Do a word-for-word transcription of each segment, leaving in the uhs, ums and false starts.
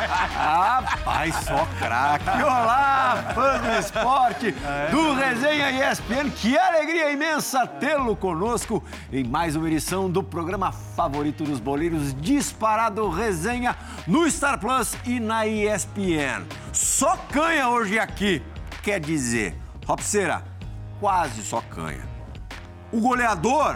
Rapaz, só craque. Olá, fã do esporte, do Resenha E S P N. Que alegria imensa tê-lo conosco em mais uma edição do programa favorito dos boleiros, disparado Resenha, no Star Plus e na E S P N. Só canha hoje aqui, quer dizer, Robceira, quase só canha. O goleador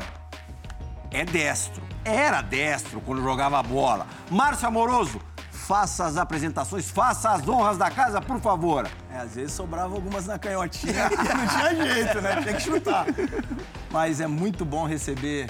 é destro, era destro quando jogava bola. Márcio Amoroso, faça as apresentações, faça as honras da casa, por favor. É, às vezes sobrava algumas na canhotinha e não tinha jeito, né? Tinha que chutar. Mas é muito bom receber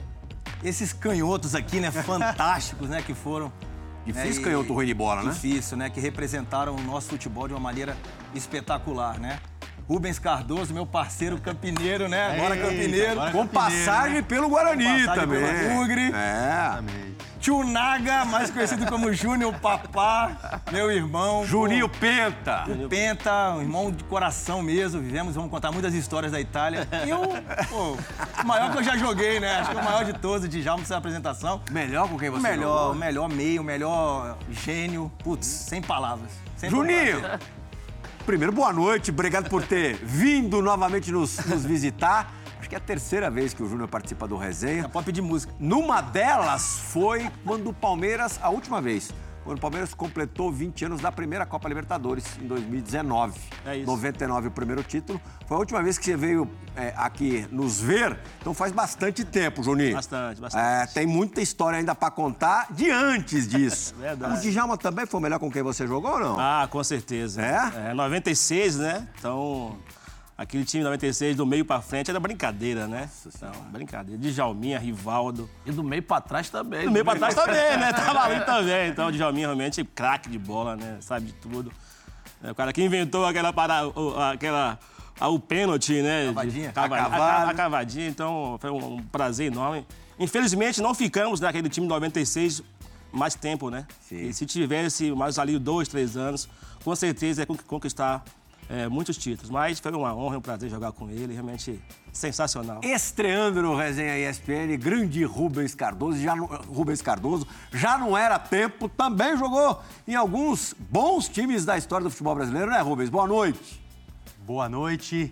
esses canhotos aqui, né? Fantásticos, né? Que foram... Difícil é, canhoto ruim de bola, né? Difícil, né? Que representaram o nosso futebol de uma maneira espetacular, né? Rubens Cardoso, meu parceiro campineiro, né? Agora Eita, campineiro. agora Com passagem né? pelo Guarani Com passagem também. pelo Bugre. É. Tio Naga, mais conhecido como Júnior Papá, meu irmão. Juninho pô, Penta. O Penta, um irmão de coração mesmo. Vivemos, vamos contar muitas histórias da Itália. E o, pô, o maior que eu já joguei, né? Acho que é o maior de todos, de Djalma, essa apresentação. Melhor com quem você O melhor, jogou? o melhor meio, o melhor gênio. Putz, sem palavras. Sem Juninho, palavras. primeiro, boa noite. Obrigado por ter vindo novamente nos, nos visitar. Acho que é a terceira vez que o Júnior participa do Resenha. É pop de música. Numa delas foi quando o Palmeiras, a última vez, quando o Palmeiras completou vinte anos da primeira Copa Libertadores, em dois mil e dezenove. É isso. noventa e nove o primeiro título. Foi a última vez que você veio é, aqui nos ver, então faz bastante tempo, Juninho. Bastante, bastante. É, tem muita história ainda pra contar de antes disso. Verdade. O Djalma também foi o melhor com quem você jogou ou não? Ah, com certeza. É? É, noventa e seis, né? Então, aquele time noventa e seis, do meio pra frente, era brincadeira, né? Então, brincadeira. Djalminha, Rivaldo. E do meio pra trás também. Do meio pra trás também, né? Tava ali também. Então, o Djalminha realmente craque de bola, né? Sabe de tudo. É o cara que inventou aquela parada, o- aquela... a- o pênalti, né? Cavadinha. De- cava- A a, cavada. ca- a cavadinha, então foi um, um prazer enorme. Infelizmente, não ficamos naquele time de noventa e seis mais tempo, né? Sim. E se tivesse mais ali dois, três anos, com certeza ia con- conquistar é, muitos títulos. Mas foi uma honra e um prazer jogar com ele, realmente sensacional. Estreando no Resenha E S P N, grande Rubens Cardoso. Já não, Rubens Cardoso já não era tempo, também jogou em alguns bons times da história do futebol brasileiro, né, Rubens? Boa noite. Boa noite.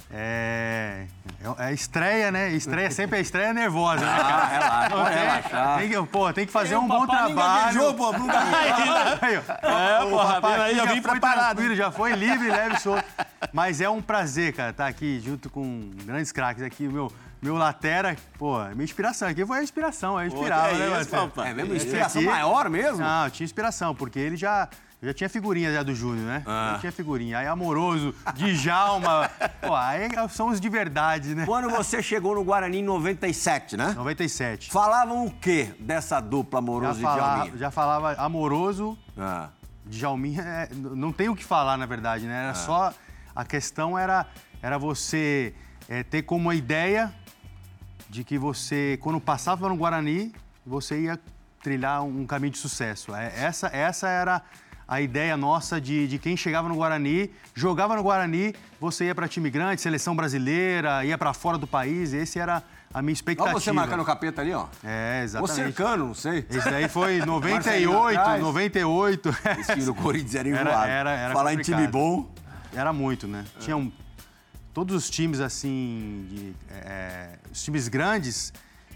É... é estreia, né? Estreia sempre é estreia nervosa, né, Ah, cara? relaxa, pode tem, relaxar. tem que, pô, tem que fazer Tem um o bom papai, ninguém trabalho. beijou, pô, não dá Aí, ó. É, O porra, papai aí eu aqui vim já foi preparado. tranquilo, já foi livre, leve, solto. Mas é um prazer, cara, estar aqui junto com grandes craques aqui. O meu, meu Latera, pô, minha inspiração aqui foi a inspiração, eu inspirava, que é né, isso, Marcelo? papai? É mesmo? Esse Inspiração aqui- maior mesmo? Não, eu tinha inspiração, porque ele já, já tinha figurinha já do Júnior, né? Ah. Eu tinha figurinha. Aí Amoroso, Djalma, pô, aí são os de verdade, né? Quando você chegou no Guarani em noventa e sete, né? noventa e sete. Falavam o quê dessa dupla Já Amoroso e falava, Djalminha? já falava Amoroso, Ah. Djalminha, é, n- não tem o que falar, na verdade, né? Era só... A questão era, era você é, ter como ideia de que você, quando passava no Guarani, você ia trilhar um caminho de sucesso. É, Essa, essa era a ideia nossa de, de quem chegava no Guarani, jogava no Guarani, você ia para time grande, seleção brasileira, ia para fora do país. Esse era a minha expectativa. Olha você marcando o capeta ali, ó. É, Ou exatamente. cercando, não sei. Esse daí foi noventa e Marcelinho oito, atrás. noventa e oito. Esse time do Corinthians era Era- enjoado. era- era Falar em complicado. time bom. Era muito, né? Tinha um, todos os times, assim, de, é, os times grandes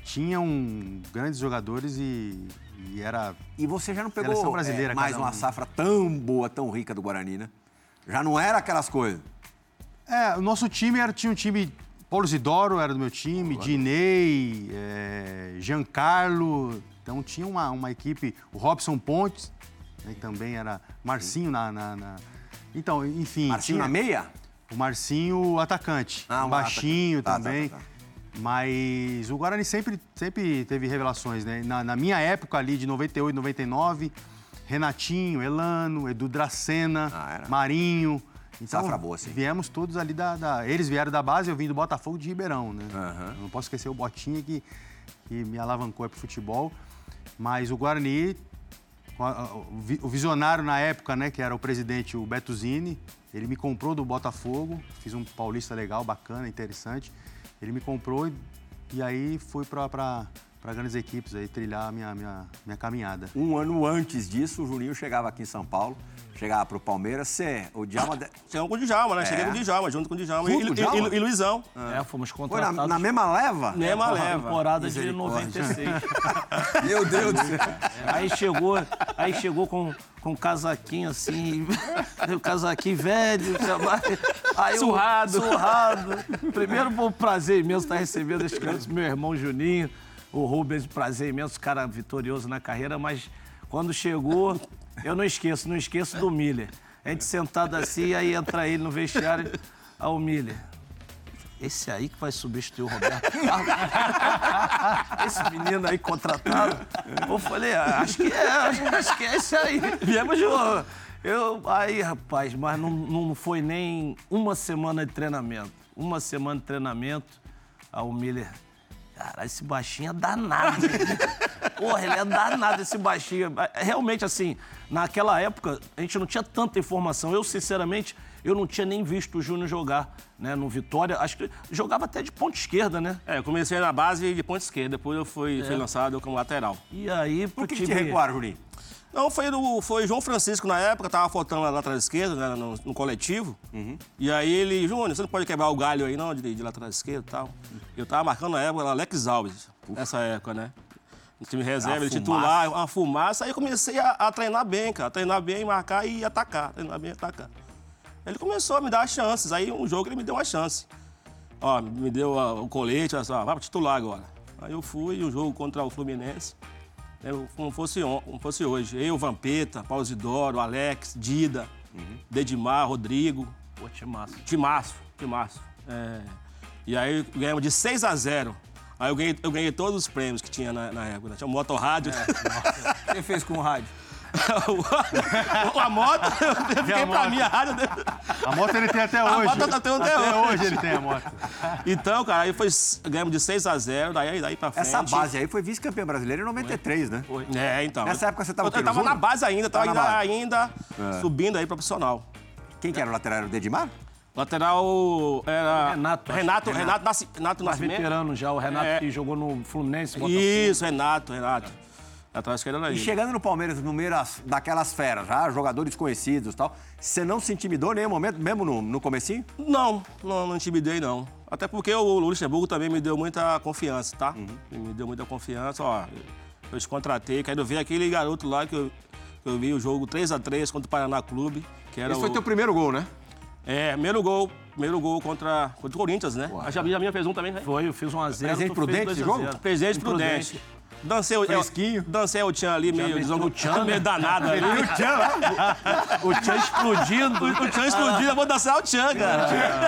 tinham grandes jogadores e, e era... E você já não pegou Seleção brasileira, é, mais cada uma um. safra tão boa, tão rica do Guarani, né? Já não era aquelas coisas. É, o nosso time era, tinha um time... Paulo Isidoro era do meu time, Dinei, é, Giancarlo. Então tinha uma, uma equipe... O Robson Pontes, né, que também era... Marcinho na... na- na- Então, enfim... Marcinho tinha- na meia? O Marcinho, atacante. Ah, um um baixinho atacante. Tá, também. tá, tá, tá. Mas o Guarani sempre, sempre teve revelações, né? Na, na minha época ali, de noventa e oito, noventa e nove, Renatinho, Elano, Edu Dracena, Ah, era. Marinho. Então, Safra boa, sim. viemos todos ali da, da... Eles vieram da base, eu vim do Botafogo de Ribeirão, né? Aham. Eu não posso esquecer o Botinha que, que me alavancou para o futebol. Mas o Guarani, o vi- o visionário na época, né, que era o presidente, o Beto Zini, ele me comprou do Botafogo, fiz um paulista legal, bacana, interessante. Ele me comprou e, e aí fui para para grandes equipes aí, trilhar a minha, minha, minha caminhada. Um ano antes disso, o Juninho chegava aqui em São Paulo, chegava pro Palmeiras, você, o Djalma... de- Chegamos com o Djalma, né? É. Cheguei com o Djalma, junto com o Djalma. Junto E, com o e- Djalma? e- e Luizão. É, fomos Foi na, contratados na mesma leva? Mesma na leva. temporada de Misericórdia. noventa e seis. Meu Deus do céu. Aí chegou, aí chegou com, com um casaquinho assim, o casaquinho velho, aí o- Surrado. surrado. Primeiro, foi um prazer imenso estar recebendo esse cara, meu irmão Juninho, o Rubens, prazer imenso, cara vitorioso na carreira, mas quando chegou, eu não esqueço, não esqueço do Miller. A gente sentado assim, aí entra ele no vestiário, aí o Miller. Esse aí que vai substituir o Roberto Carlos. Esse menino aí contratado. Eu falei, ah, acho que é, acho, acho que é esse aí. Viemos junto. Eu, aí, rapaz, mas não, não foi nem uma semana de treinamento. Uma semana de treinamento, aí o Miller... Cara, esse baixinho é danado. Porra, ele é danado, esse baixinho. Realmente, assim, naquela época, a gente não tinha tanta informação. Eu, sinceramente, eu não tinha nem visto o Júnior jogar, né, no Vitória. Acho que jogava até de ponta esquerda, né? É, eu comecei na base de ponta esquerda, depois eu fui, fui lançado como lateral. E aí, Por pro que, que te time... recuaram, Juninho? Não, foi, do, foi João Francisco na época, tava faltando lá na lateral esquerda, né, no, no coletivo. E aí ele, Júnior, você não pode quebrar o galho aí não, de, de lateral esquerda e tal. Eu tava marcando na época Alex Alves, nessa época, né? No time reserva, Uma ele titular, uma fumaça. Aí eu comecei a, a treinar bem, cara. Treinar bem, marcar e atacar. Treinar bem e atacar. Ele começou a me dar chances. Aí um jogo ele me deu uma chance. Ó, me deu a, o colete, olha só, vai pro titular agora. Aí eu fui, um jogo contra o Fluminense. Eu, como, fosse on, como fosse hoje. Eu, Vampeta, Paulo Isidoro, Alex, Dida, uhum. Dedimar, Rodrigo. Pô, timaço. Timaço, timaço. É, e aí ganhamos de seis a zero. Aí eu ganhei, eu ganhei todos os prêmios que tinha na, na época. Né? Tinha um motorrádio. O que você fez com o rádio? A moto, eu fiquei pra mim, a rádio. A moto ele tem até hoje. A moto eu tenho até, até hoje. hoje ele tem a moto. Então, cara, aí foi, ganhamos de seis a zero, daí, daí pra frente. Essa base aí foi vice-campeã brasileira em noventa e três, né? É, então. Nessa época você tava Eu, o quê, eu no tava Júnior? na base ainda, tava Tava na ainda, base. ainda É. subindo aí pra profissional. Quem que era o lateral? Era o Dedimar? Lateral era... Renato, acho. Renato, Renato, Nasci- Renato Mais Nascimento. veterano já, o Renato É. que jogou no Fluminense. Botafogo. Isso, Renato, Renato. Atrás esquerda era E ele. chegando no Palmeiras, no meio das- daquelas feras, já jogadores conhecidos e tal, você não se intimidou em nenhum momento, mesmo no, no comecinho? Não, não, não intimidei, não. Até porque o Luxemburgo também me deu muita confiança, tá? Uhum. Ele me deu muita confiança, ó. Eu te contratei, quero ver aquele garoto lá que eu, que eu vi o jogo três a três contra o Paraná Clube, que era Esse foi o... teu primeiro gol, né? É, primeiro gol, primeiro gol contra, contra o Corinthians, né? A Jaminha fez um também, né? Foi, eu fiz um a zero. Presente tu Prudente fez esse dois a jogo? zero. Presente Prudente. Dancei o... Fresquinho. Dancei o Tchan ali, meio meteu desongo... o Tchan, meio né? danado ali. O Tchan explodindo. O Tchan explodindo, eu vou dançar o Tchan, cara.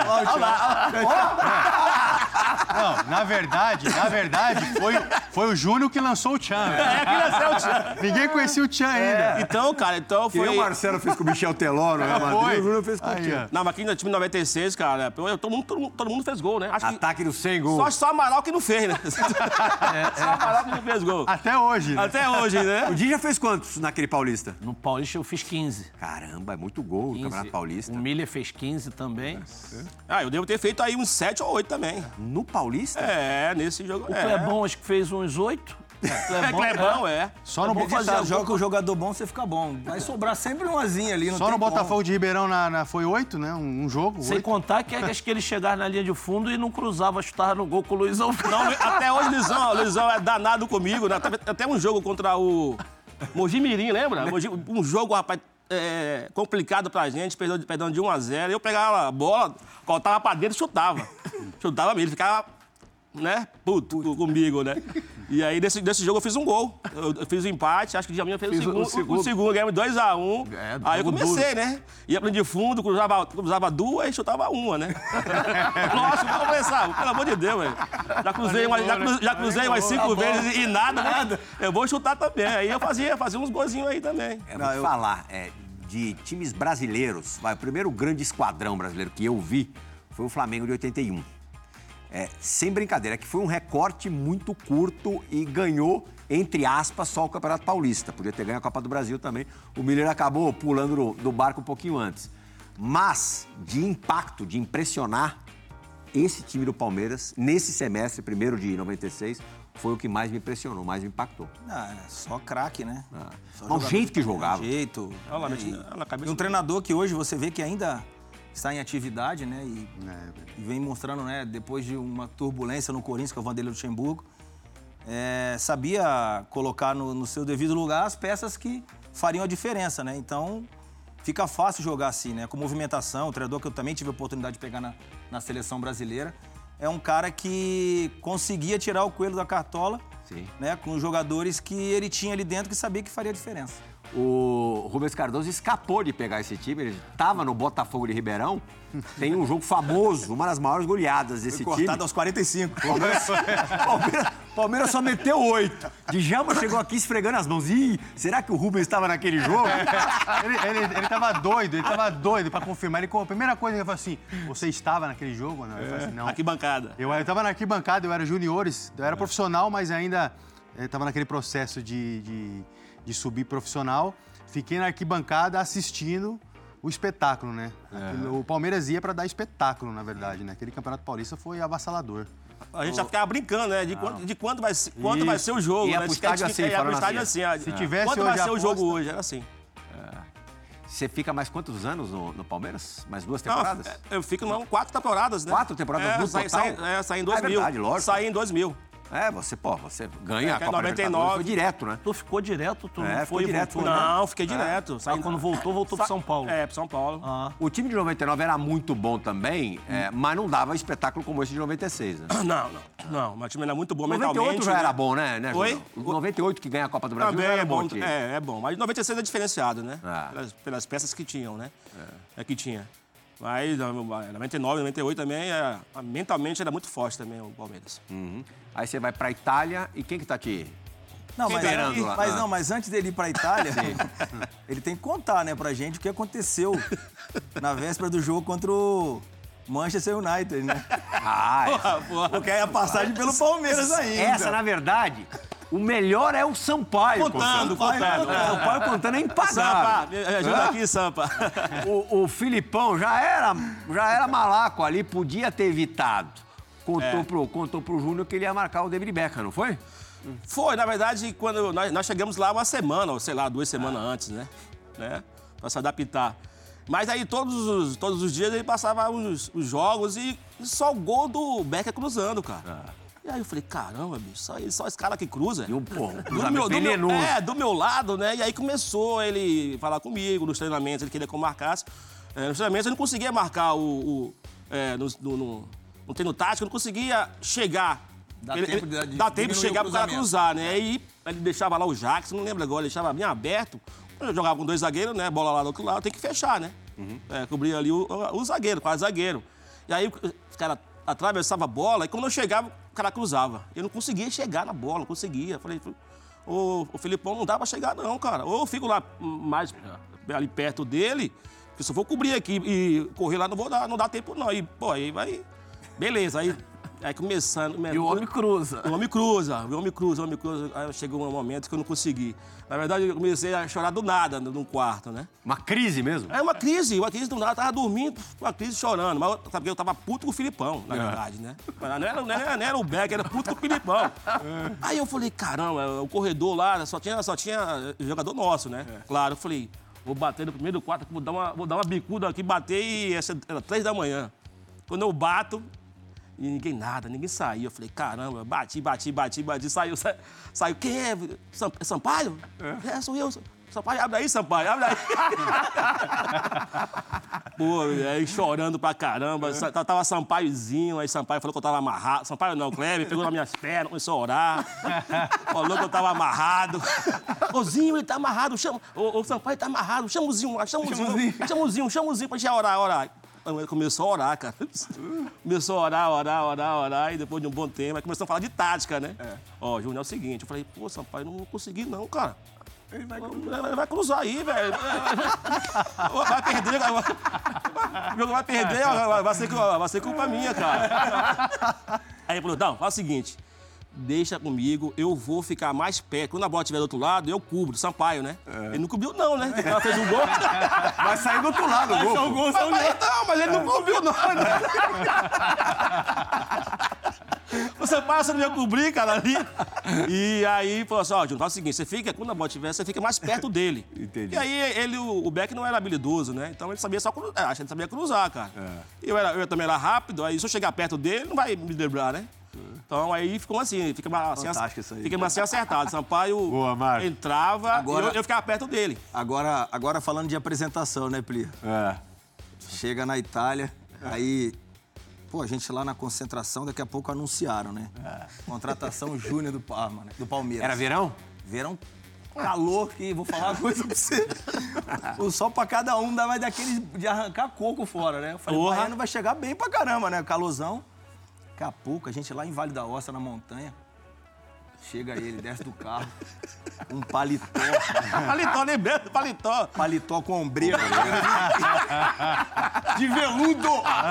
Não, na verdade, na verdade, foi, foi o Júnior que lançou o Tchan. É, que nasceu o Tchan. Ninguém conhecia o Tchan ainda. Então, cara, então Que foi... nem o Marcelo fez com o Michel Teló, no Real Madrid, Foi. o Júnior fez com o Aí, time. ó. Não, mas aqui no time noventa e seis, cara, eu- todo, mundo, todo, mundo, todo mundo fez gol, né? Acho que Ataque dos cem gols. só, só Amaral que não fez, né? Só Amaral que não fez gol. Até hoje, né? Até hoje, né? O Di já fez quantos naquele Paulista? No Paulista eu fiz quinze. Caramba, é muito gol no quinze. Campeonato Paulista. O Miller fez quinze também. Ah, eu devo ter feito aí uns sete ou oito também. No Paulista? É, nesse jogo. O é. Clebão acho que fez uns oito. É, Clebão, é. Só no, Tem que Bo- fazer, joga com o jogador bom, você fica bom. Vai sobrar sempre um azinho ali, não só tem no como. Botafogo de Ribeirão na, na- foi oito, né? Um, um jogo. Sem oito. contar que acho que ele chegava na linha de fundo e não cruzava, chutava no gol com o Luizão. Não, até hoje o Luizão, o Luizão é danado comigo, né? Até- Até um jogo contra o Mogi Mirim, lembra? Mogi- um jogo, rapaz, é, complicado pra gente, perdendo, perdendo de um a zero. Eu pegava a bola, cortava pra dentro e chutava. Chutava mesmo, ele ficava, né, puto com- comigo, né? E aí, desse, desse jogo, eu fiz um gol. Eu, eu fiz o empate, acho que o Djalminha fez o Fiz o- segundo. o segundo. O segundo, ganhamos dois a um. É, aí eu jogo comecei, né? Ia pra linha de fundo, cruzava, cruzava duas e chutava uma, né? Nossa, vamos começar, pelo amor de Deus, velho. Já cruzei, umas, já, cru- já cruzei umas cinco vezes e nada, né? Eu vou chutar também. Aí eu fazia, fazia uns golzinhos aí também. É, vou te falar, é, de times brasileiros, vai, o primeiro grande esquadrão brasileiro que eu vi foi o Flamengo de oitenta e um. É, sem brincadeira, que foi um recorte muito curto e ganhou, entre aspas, só o Campeonato Paulista. Podia ter ganho a Copa do Brasil também. O Miller acabou pulando do, do barco um pouquinho antes. Mas, de impacto, de impressionar, esse time do Palmeiras, nesse semestre, primeiro de noventa e seis, foi o que mais me impressionou, mais me impactou. Ah, é só craque, né? Ah. Só O jogador jeito que tem jogava. Jeito. Olha lá, né? mexendo E- na cabeça e um do- treinador que hoje você vê que ainda está em atividade, né? E, É, e vem mostrando, né? Depois de uma turbulência no Corinthians, que é o Vanderlei Luxemburgo, é, sabia colocar no, no seu devido lugar as peças que fariam a diferença, né? Então, fica fácil jogar assim, né? Com movimentação, o treinador que eu também tive a oportunidade de pegar na, na seleção brasileira, é um cara que conseguia tirar o coelho da cartola, Sim. né? Com os jogadores que ele tinha ali dentro que sabia que faria diferença. O Rubens Cardoso escapou de pegar esse time, ele estava no Botafogo de Ribeirão, tem um jogo famoso, uma das maiores goleadas desse Foi time. cortado aos quarenta e cinco. Palmeiras, Palmeiras, Palmeiras só meteu oito. Djalma chegou aqui esfregando as mãos. Ih, será que o Rubens estava naquele jogo? Ele, ele, ele tava doido, ele tava doido pra confirmar. Ele, a primeira coisa que ele falou assim, você estava naquele jogo? Não, eu falei assim, não. Aqui bancada. Eu, eu tava na arquibancada, eu era juniores, eu era profissional, mas ainda estava naquele processo de, de, de subir profissional. Fiquei na arquibancada assistindo o espetáculo, né? Aquilo- O Palmeiras ia pra dar espetáculo, na verdade, né? Aquele Campeonato Paulista foi avassalador. A gente já ficava brincando, né? De quanto, de quanto, vai, ser- quanto vai ser o jogo. Ia né? pro De que a gente estádio fica- assim, ia pro falando estádio assim, assim. Se ó. tivesse Quanto vai hoje ser o a jogo aposta- hoje? Era assim. Você fica mais quantos anos no, no Palmeiras? Mais duas Não, temporadas? é, eu fico não, quatro temporadas, né? Quatro temporadas é, no saí, total? saí, é, saí em Ah, é dois mil. verdade, lógico. Saí em dois mil. É, você, pô, você ganha É, a que é Copa noventa e Libertadores, nove. foi direto, né? Tu ficou direto, tu É, não ficou foi e direto, voltou, né? né? Não, fiquei direto. Saí, Ah, quando voltou, voltou pro São Paulo. É, pro São Paulo. Ah. O time de noventa e nove era muito bom também, é, mas não dava espetáculo como esse de noventa e seis, né? Não, não, não. Meu time era muito bom noventa e mentalmente. oito já né? era bom, né, né Oi? Júnior? O noventa e oito que ganha a Copa do Brasil Também já era é bom. time. É, é bom. Mas noventa e seis é diferenciado, né? Ah. Pelas, pelas peças que tinham, né? É, que tinha. Mas noventa e nove, noventa e oito também, é, mentalmente era muito forte também o Palmeiras. Uhum. Aí você vai pra Itália e quem que tá te... Não, mas, Esperando lá. mas Ah. não, mas antes dele ir pra Itália, ele tem que contar, né, pra gente o que aconteceu na véspera do jogo contra o Manchester United, né? Ah, essa, Porque aí a passagem pelo Palmeiras ainda. essa, na verdade, o melhor é o Sampaio. Contando, contando. contando. O Sampaio contando é Sampa, impagável. me ajuda aqui, Sampa. O, o Filipão já era, já era malaco ali, podia ter evitado. Contou, É. pro, contou pro Júnior que ele ia marcar o David Beckham, não foi? Foi, na verdade, quando nós, nós chegamos lá uma semana, ou sei lá, duas semanas antes, né? né? Pra se adaptar. Mas aí todos os, todos os dias ele passava os, os jogos e só o gol do Becker cruzando, cara. E aí eu falei, caramba, bicho, só, só esse cara que cruza. E um, pô, um Do cruzamento meu, do meu, venenoso. é, do meu lado, né? E aí começou ele falar comigo nos treinamentos, ele queria que eu marcasse. É, nos treinamentos eu não conseguia marcar o... o é, no, no, no, no treino tático, eu não conseguia chegar. Dá Ele- tempo ele- de- de dá tempo de diminuir chegar o pro cara cruzamento. cruzar, né? Aí ele deixava lá o Jackson, não lembro agora, ele deixava bem aberto. Eu jogava com dois zagueiros, né? Bola lá do outro lado, tem que fechar, né? É, cobria ali o, o, o zagueiro, quase zagueiro. E aí os caras atravessavam a bola e quando eu chegava, o cara cruzava. Eu não conseguia chegar na bola, não conseguia. Falei, ô, o Filipão não dá pra chegar não, cara. Ou eu fico lá mais ali perto dele, porque se eu for cobrir aqui e correr lá, não vou dar, não dá tempo não. E, pô, aí vai... Beleza, aí... Aí começando... E o homem cruza. O homem cruza, o homem cruza, o homem cruza. Aí chegou um momento que eu não consegui. Na verdade, eu comecei a chorar do nada no, no quarto, né? Uma crise mesmo. É uma crise, uma crise do nada. Eu tava dormindo, uma crise chorando. Mas eu, sabe, porque eu tava puto com o Filipão, na verdade, né? Mas não era, não era, não era o Beck, era puto com o Filipão. Aí eu falei, caramba, o corredor lá só tinha, só tinha jogador nosso, né? Claro, eu falei, vou bater no primeiro quarto, vou dar uma, vou dar uma bicuda aqui, bater e essa, era três da manhã. Quando eu bato, e ninguém nada, ninguém saiu. Eu falei, caramba, bati, bati, bati, bati, saiu, sa- saiu. Quem é? Sam- Sampaio? É, sou eu. Sampaio, abre aí, Sampaio, abre aí. Pô, aí chorando pra caramba. Sa- Tava Sampaiozinho, aí Sampaio falou que eu tava amarrado. Sampaio não, Kleber, pegou nas minhas pernas, começou a orar. Falou que eu tava amarrado. Ô, Zinho, ele tá amarrado, chama. Ô, o Sampaio tá amarrado, chama o Zinho lá, chama o Zinho. Chama o Zinho, chama o Zinho pra gente orar, orar. Aí ele começou a orar, cara. Começou a orar, orar, orar, orar, e depois de um bom tempo, aí começou a falar de tática, né? Ó, Júnior, é o seguinte, eu falei, pô, Sampaio, não consegui não, cara. Ele vai, ele vai cruzar aí, velho. Vai perder, o jogo vai perder, vai, vai, ser, vai ser culpa minha, cara. Aí ele falou, não, faz o seguinte, deixa comigo, eu vou ficar mais perto. Quando a bola estiver do outro lado, eu cubro, Sampaio, né? Ele não cobriu não, né? Ela fez um gol. Vai sair do outro lado o gol. Só o gol, só o gol. Mas, não, mas ele não cobriu não, né? Você Sampaio, você não ia cobrir, cara, ali. E aí, falou assim, ó, Júnior, faz o seguinte, você fica, quando a bola tiver, você fica mais perto dele. Entendi. E aí, ele, o, o Beck não era habilidoso, né? Então, ele sabia só cruzar, é, acho que ele sabia cruzar, cara. É. Eu, era, eu também era rápido, aí se eu chegar perto dele, não vai me driblar, né? Então, aí ficou assim, fica assim, Fantástico isso aí. fica assim acertado. Sampaio Boa, Marco. entrava Agora- e eu, eu ficava perto dele. Agora, agora falando de apresentação, né, Pli? É. Chega na Itália, aí... Pô, a gente lá na concentração, daqui a pouco anunciaram, né? Contratação Júnior do Parma, né? Do Palmeiras. Era verão? Verão calor, que vou falar uma coisa pra você. O sol pra cada um dá mais daquele de arrancar coco fora, né? Eu falei, o Porra. baiano vai chegar bem pra caramba, né? Calorzão. Daqui a pouco, a gente lá em Vale da Ossa, na montanha, chega ele, desce do carro, um paletó, Paletó, lembrando, paletó. paletó com ombreira, de veludo.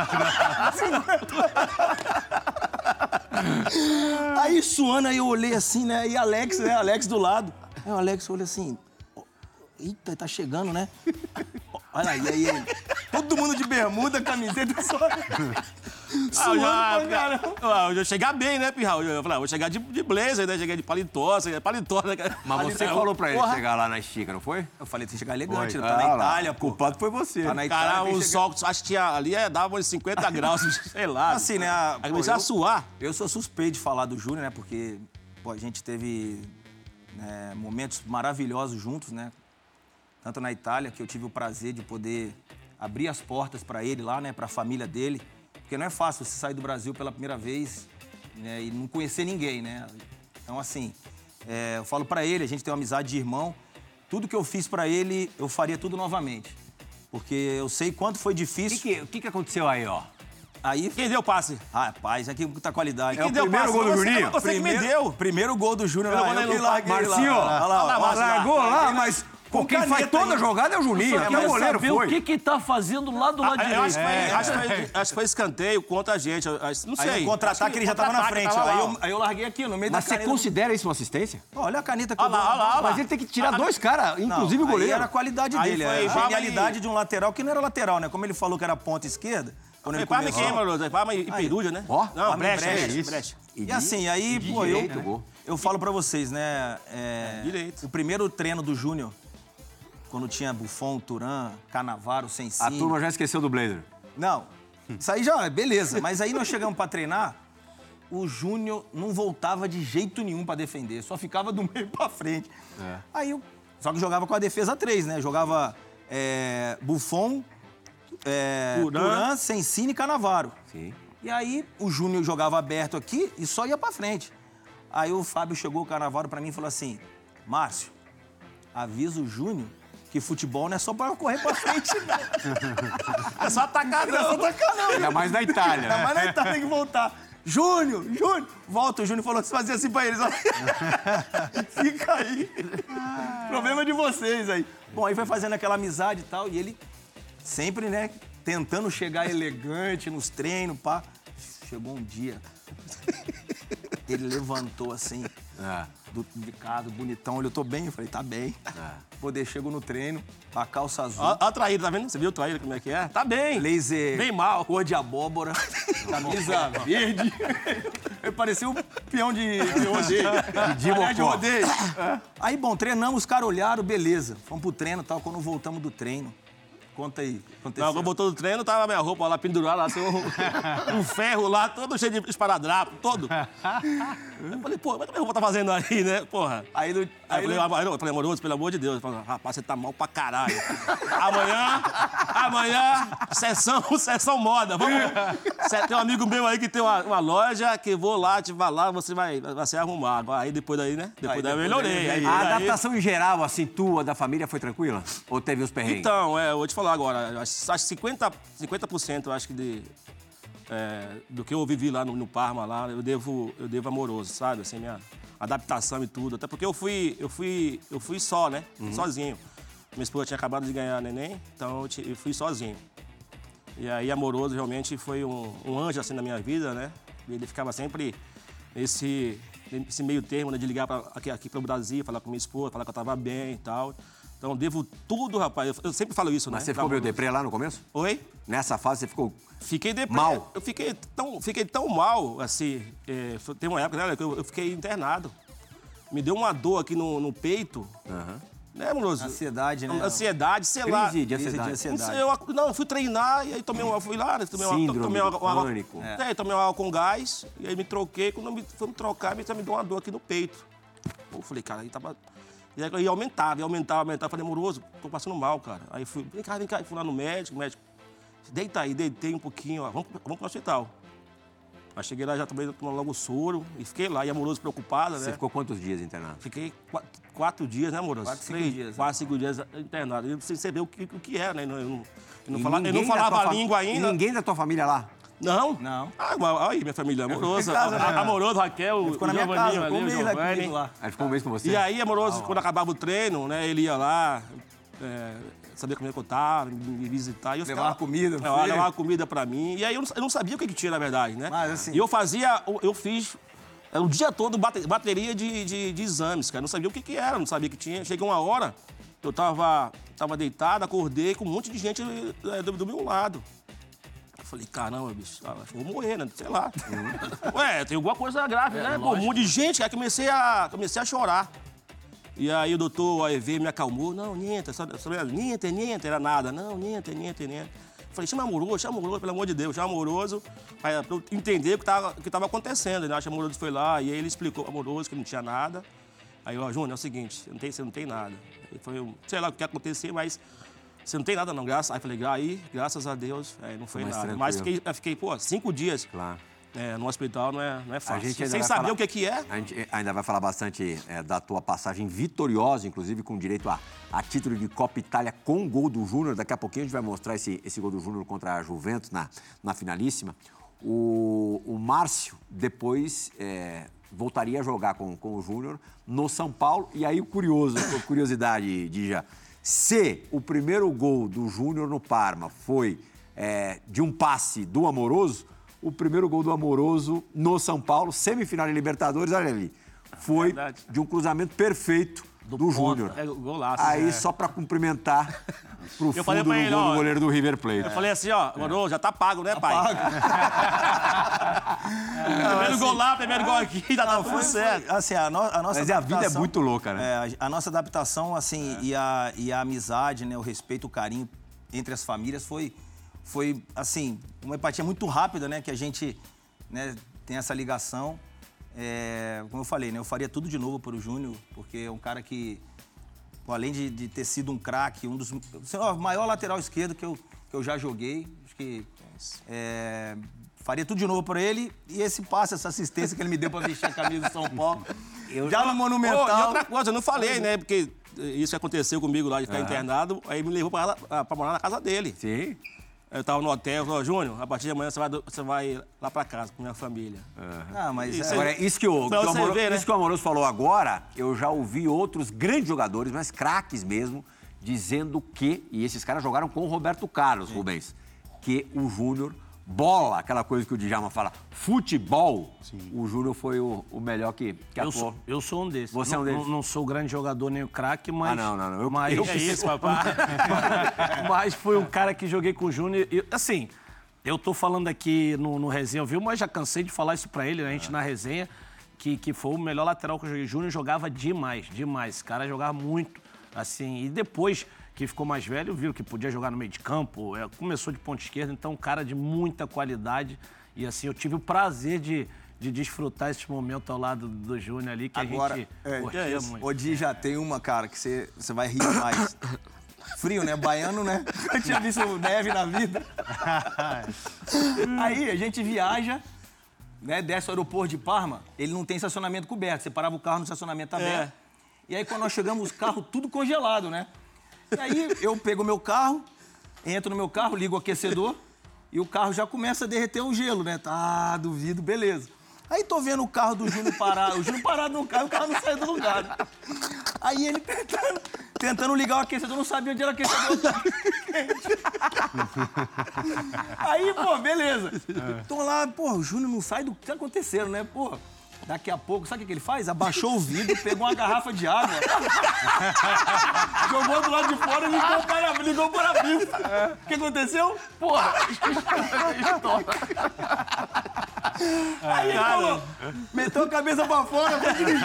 Aí suando, aí eu olhei assim, né? E Alex, né? Alex do lado. Aí o Alex olha assim, ó, eita, tá chegando, né? Olha aí, aí ele. Todo mundo de bermuda, camiseta, só... Ah, eu já, ah, eu já chegar bem, né, Pirral? Eu falei, ah, vou chegar de, de blazer, né? Cheguei de paletó, cheguei de paletó, né? Mas você Paletó. falou pra ele Porra. chegar lá na estica, não foi? Eu falei, tem que chegar elegante, Foi. né? Tá na Ah, lá. Itália, pô. O culpado foi você. Tá na Itália, Cara, tem o que chegar- sol, acho que tinha, ali é, dava uns cinquenta graus, sei lá. Assim, né? a- Aí pô, comecei a eu- suar. Eu sou suspeito de falar do Júnior, né? Porque pô, a gente teve né, momentos maravilhosos juntos, né? Tanto na Itália, que eu tive o prazer de poder abrir as portas para ele lá, né? Para a família dele. Porque não é fácil você sair do Brasil pela primeira vez né, e não conhecer ninguém, né? Então, assim, é, eu falo para ele, a gente tem uma amizade de irmão. Tudo que eu fiz para ele, eu faria tudo novamente. Porque eu sei quanto foi O que, difícil. que, o que que aconteceu aí, ó? Aí, Quem deu o passe? ah, rapaz, aqui muita qualidade. É o Quem deu primeiro passe? gol do Você- Juninho? Você que me Primeiro- deu. Primeiro gol do Júnior Pelo lá, menos eu que ele não- larguei Marcinho, lá. Olha lá, Olha lá, ó. Marcinho. largou lá, mas Com pô, quem faz caneta toda a ainda. jogada é o Juninho. É, Aqui mas o goleiro Saber foi. o que que tá fazendo lá do lado Ah, eu acho direito. que, foi, acho, que foi, acho que foi escanteio contra a gente. eu acho- Não sei. Aí o contra-ataque ele já tava na frente. Tava ó. Aí, lá, eu, aí eu larguei aqui, ó, no meio Mas da você caneta. considera isso uma assistência? Olha a caneta que Olha eu lá, dou. olha lá, olha lá. Mas ele tem que tirar Ah, dois caras, Não, inclusive o aí goleiro. era a qualidade Aí dele, foi é a Parma genialidade e- de um lateral que não era lateral, né? Como ele falou que era ponta esquerda, quando ele Foi Parma e começou. quem, Maroto? Parma e Perugia, né? Ó, Não, Parma e brecha, Brecha, brecha, isso. brecha. E assim, aí, de pô, direito, eu, gol. eu falo pra vocês, né? é, Direito. O primeiro treino do Júnior, quando tinha Buffon, Turan, Cannavaro, A Sensini... turma já esqueceu do Blazer. Não, isso aí já, beleza. Mas aí nós chegamos pra treinar, o Júnior não voltava de jeito nenhum pra defender, só ficava do meio pra frente. É. Aí eu, só que jogava com a defesa três, né? Jogava é, Buffon, é, Turan. Turan, Sensini e Cannavaro. Sim. E aí o Júnior jogava aberto aqui e só ia pra frente. Aí o Fábio chegou, o Cannavaro, pra mim e falou assim, Márcio, avisa o Júnior que futebol não é só pra correr pra frente, não. É só atacar, Não é só não. atacar, não. Ainda mais na Itália, Ainda né? mais na Itália tem que voltar. Júnior, Júnior. Volta, o Júnior falou que você fazia assim pra eles. Ó. Fica aí. Problema de vocês aí. Bom, aí foi fazendo aquela amizade e tal, e ele sempre, né, tentando chegar elegante nos treinos, pá. Chegou um dia, ele levantou assim, É. do de casa, bonitão, olha, eu tô bem? Eu falei, tá bem. Poder, chego no treino, a calça azul. Ó, ó a traíra, tá vendo? Você viu o traíra como é que é? Tá bem. Laser. Bem mal. Cor de abóbora. Camisa verde. Ele parecia um peão de, de rodeio. De Aliás, de mocó. rodeio. Aí, bom, treinamos, os caras olharam, beleza. Fomos pro treino e tal. Quando voltamos do treino, conta aí. Aconteceu. Não, quando botou no treino, tava a minha roupa lá pendurada, lá, tem um, um ferro lá, todo cheio de esparadrapo, todo. Eu falei, pô, mas o que a minha roupa tá fazendo aí, né? Porra. Aí, no, Aí aí eu falei, no, ah, eu falei, amoroso, pelo amor de Deus. Eu falei, rapaz, você tá mal pra caralho. Amanhã, amanhã, sessão, sessão moda. Vamos. Cê- Tem um amigo meu aí que tem uma, uma loja que eu vou lá, te vai lá, você vai, vai se arrumar. Agora, aí depois daí, né? Depois Aí daí eu depois melhorei. daí- Aí, A aí- adaptação em geral, assim, tua, da família, foi tranquila? Ou teve os perrengues? Então, é, eu vou te falar agora, acho acho cinquenta, cinquenta por cento eu acho que de, é, do que eu vivi lá no, no Parma, lá, eu devo, eu devo amoroso, sabe? Assim, minha adaptação e tudo. Até porque eu fui, eu fui, eu fui só, né? Sozinho. Minha esposa tinha acabado de ganhar neném, então eu, ti- eu fui sozinho. E aí, amoroso, realmente foi um, um anjo, assim, na minha vida, né? Ele ficava sempre nesse, nesse meio termo, né? De ligar pra, aqui, aqui para o Brasil, falar com minha esposa, falar que eu estava bem e tal. Então, devo tudo, rapaz. Eu, eu sempre falo isso, Mas né? você ficou meio deprê lá no começo? Oi? Nessa fase você ficou... Fiquei deprê. Mal? Eu fiquei tão, fiquei tão mal, assim... É, tem uma época, né, que eu, eu fiquei internado. Me deu uma dor aqui no, no peito. Aham. Né, amoroso? Ansiedade, né? Ansiedade, sei lá. Crise de Crise de ansiedade. ansiedade. Eu, não, eu fui treinar e aí tomei uma, fui lá, né, tomei uma, Síndrome tomei do uma, uma, pânico. É. É, tomei uma água com gás e aí me troquei. Quando eu me, fui me trocar, me, me deu uma dor aqui no peito. Eu falei, cara, aí tava... E aí aumentava, ia aumentava, aumentava. Eu falei, amoroso, tô passando mal, cara. Aí fui, vem cá, vem cá. Fui lá no médico, o médico, deita aí, deitei um pouquinho, ó, vamos, vamos pro hospital. Mas cheguei lá, já tomei tomando logo soro e fiquei lá, e amoroso preocupado, né? Você ficou quantos dias internado? Fiquei quatro, quatro dias, né, amoroso? Quatro, cinco Três, dias, Quatro, cinco dias internado. Eu sem saber o que, o que era, né? Eu não, eu não, eu não E falava, eu ninguém não da falava tua a fam- língua E ainda. ninguém da tua família lá? Não? Não. Ah, mas olha aí, minha família amorosa. casa, né? Amoroso, Raquel, Ficou na minha Giovanninho casa, ali, com um o mês aqui Giovanni. comigo lá. Aí ficou um mês com você? E aí, amoroso, quando acabava o treino, né, ele ia lá, é, sabia como é que eu tava, me visitar. E eu Levava ficava- comida, É, filho. levava comida pra mim. E aí eu não, eu não sabia o que, que tinha, na verdade, né? Mas, assim- E eu fazia, eu fiz é, o dia todo bate- bateria de, de, de exames, cara. Não sabia o que, que era, não sabia o que tinha. Cheguei uma hora, eu tava, tava deitado, acordei com um monte de gente é, do, do meu lado. Eu falei, caramba, bicho, ah, acho que eu vou morrer, né? Sei lá. Ué, tem alguma coisa grave, né? Pô, um monte de gente. Aí comecei a, comecei a chorar. E aí o doutor A E V me acalmou. Não, niente, só, só, niente, niente, era nada. Não, niente, niente, niente. Falei, chama amoroso, chama amoroso, pelo amor de Deus, chama amoroso. Aí, pra eu entender o que estava que tava acontecendo. Né? O amoroso foi lá e aí ele explicou pro amoroso que não tinha nada. Aí, ó, Júnior, é o seguinte, você não tem, você não tem nada. Ele falou, sei lá o que ia acontecer, mas você não tem nada não, graças. Aí falei, aí, graças a Deus, é, não foi Mais nada. tranquilo. Mas fiquei, eu fiquei, pô, cinco dias Claro. é, no hospital não é, não é A fácil. gente ainda Sem vai saber falar- o que, que é. A gente ainda vai falar bastante é, da tua passagem vitoriosa, inclusive com direito a, a título de Copa Itália com gol do Júnior. Daqui a pouquinho a gente vai mostrar esse, esse gol do Júnior contra a Juventus na, na finalíssima. O, o Márcio depois é, voltaria a jogar com, com o Júnior no São Paulo. E aí, o curioso, curiosidade, Dija, se o primeiro gol do Júnior no Parma foi é, de um passe do Amoroso, o primeiro gol do Amoroso no São Paulo, semifinal de Libertadores, olha ali, foi Verdade. de um cruzamento perfeito do, Júnior. É, golaço. Aí, é. só pra cumprimentar pro Eu fundo falei do pra gol ele, do ó, goleiro do River Plate. Eu falei assim, ó, amoroso, já tá pago, né, pai? primeiro gol lá, primeiro gol aqui, já tá tudo certo. Assim, a, no, a nossa Mas a vida é adaptação- muito louca, né? É, a, a nossa adaptação, assim, e, a, e a amizade, né, o respeito, o carinho entre as famílias foi, foi, assim, uma empatia muito rápida, né, que a gente, né, tem essa ligação. É, como eu falei, né, eu faria tudo de novo para o Júnior, porque é um cara que, pô, além de, de ter sido um craque, um dos, sei lá, o maior lateral esquerdo que eu, que eu já joguei, acho que é, faria tudo de novo para ele. E esse passe, essa assistência que ele me deu para vestir a camisa do São Paulo, já no Monumental. Oh, e outra coisa, eu não falei, né, porque isso aconteceu comigo lá, de ficar internado, aí me levou pra, lá- pra morar na casa dele. Sim. Eu tava no hotel, falou, Júnior, a partir de amanhã você vai, do- você vai lá pra casa com minha família. Ah, mas Isso é- Agora, isso que, o, que Pra o você Amoroso, ver, né? isso que o Amoroso falou agora, eu já ouvi outros grandes jogadores, mas craques mesmo, dizendo que, e esses caras jogaram com o Roberto Carlos, Rubens, que o Júnior, bola, aquela coisa que o Djalma fala, futebol, o Júnior foi o, o melhor que, que Eu atuou. sou, eu sou um desses. Você é um Não- deles? Não, não sou o grande jogador nem o craque, mas... Ah, não, não, não. Eu- mas, eu- É isso, papai. mas fui um cara que joguei com o Júnior. e, Assim, eu tô falando aqui no, no Resenha, viu? Mas já cansei de falar isso pra ele, a gente na resenha, que, que foi o melhor lateral que eu joguei. O Júnior jogava demais, demais. Esse cara jogava muito, assim. E depois que ficou mais velho, viu que podia jogar no meio de campo. é, começou de ponta esquerda, então um cara de muita qualidade. E assim, eu tive o prazer de, de desfrutar esse momento ao lado do Júnior ali, que Agora, a gente é, curtia é isso. muito. O Di já tem uma, cara, que você você vai rir demais. Frio, né? Baiano, né? Eu tinha visto neve na vida. Aí a gente viaja, né? Desce ao aeroporto de Parma, ele não tem estacionamento coberto. Você parava o carro no estacionamento aberto. E aí, quando nós chegamos, os carros tudo congelado, né? E aí eu pego o meu carro, entro no meu carro, ligo o aquecedor e o carro já começa a derreter o gelo, né? Tá, duvido, beleza. Aí tô vendo o carro do Júnior parar, o Júnior parado no carro, o carro não sai do lugar. Né? Aí ele tentando, tentando ligar o aquecedor, não sabia onde era o aquecedor. Aí, pô, beleza. Tô lá, pô, o Júnior não sai do que tá acontecendo, né, pô? Daqui a pouco, sabe o que ele faz? Abaixou o vidro, pegou uma garrafa de água, jogou do lado de fora e ligou o para- ligou o para-brisa. O que aconteceu? Porra, Aí ele falou, meteu a cabeça pra fora, foi dirigir.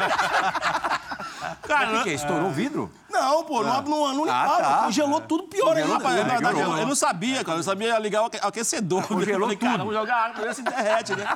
Cara, o que é? Estourou o vidro? Não, pô, não, não, não Ah, limpava, tá. congelou tudo pior ainda. Rapaz, eu, Melhorou. eu- eu não sabia, cara. Eu sabia ligar o aque- aquecedor. Congelou Eu falei, cara, tudo. vamos jogar água pra ver se derrete, né?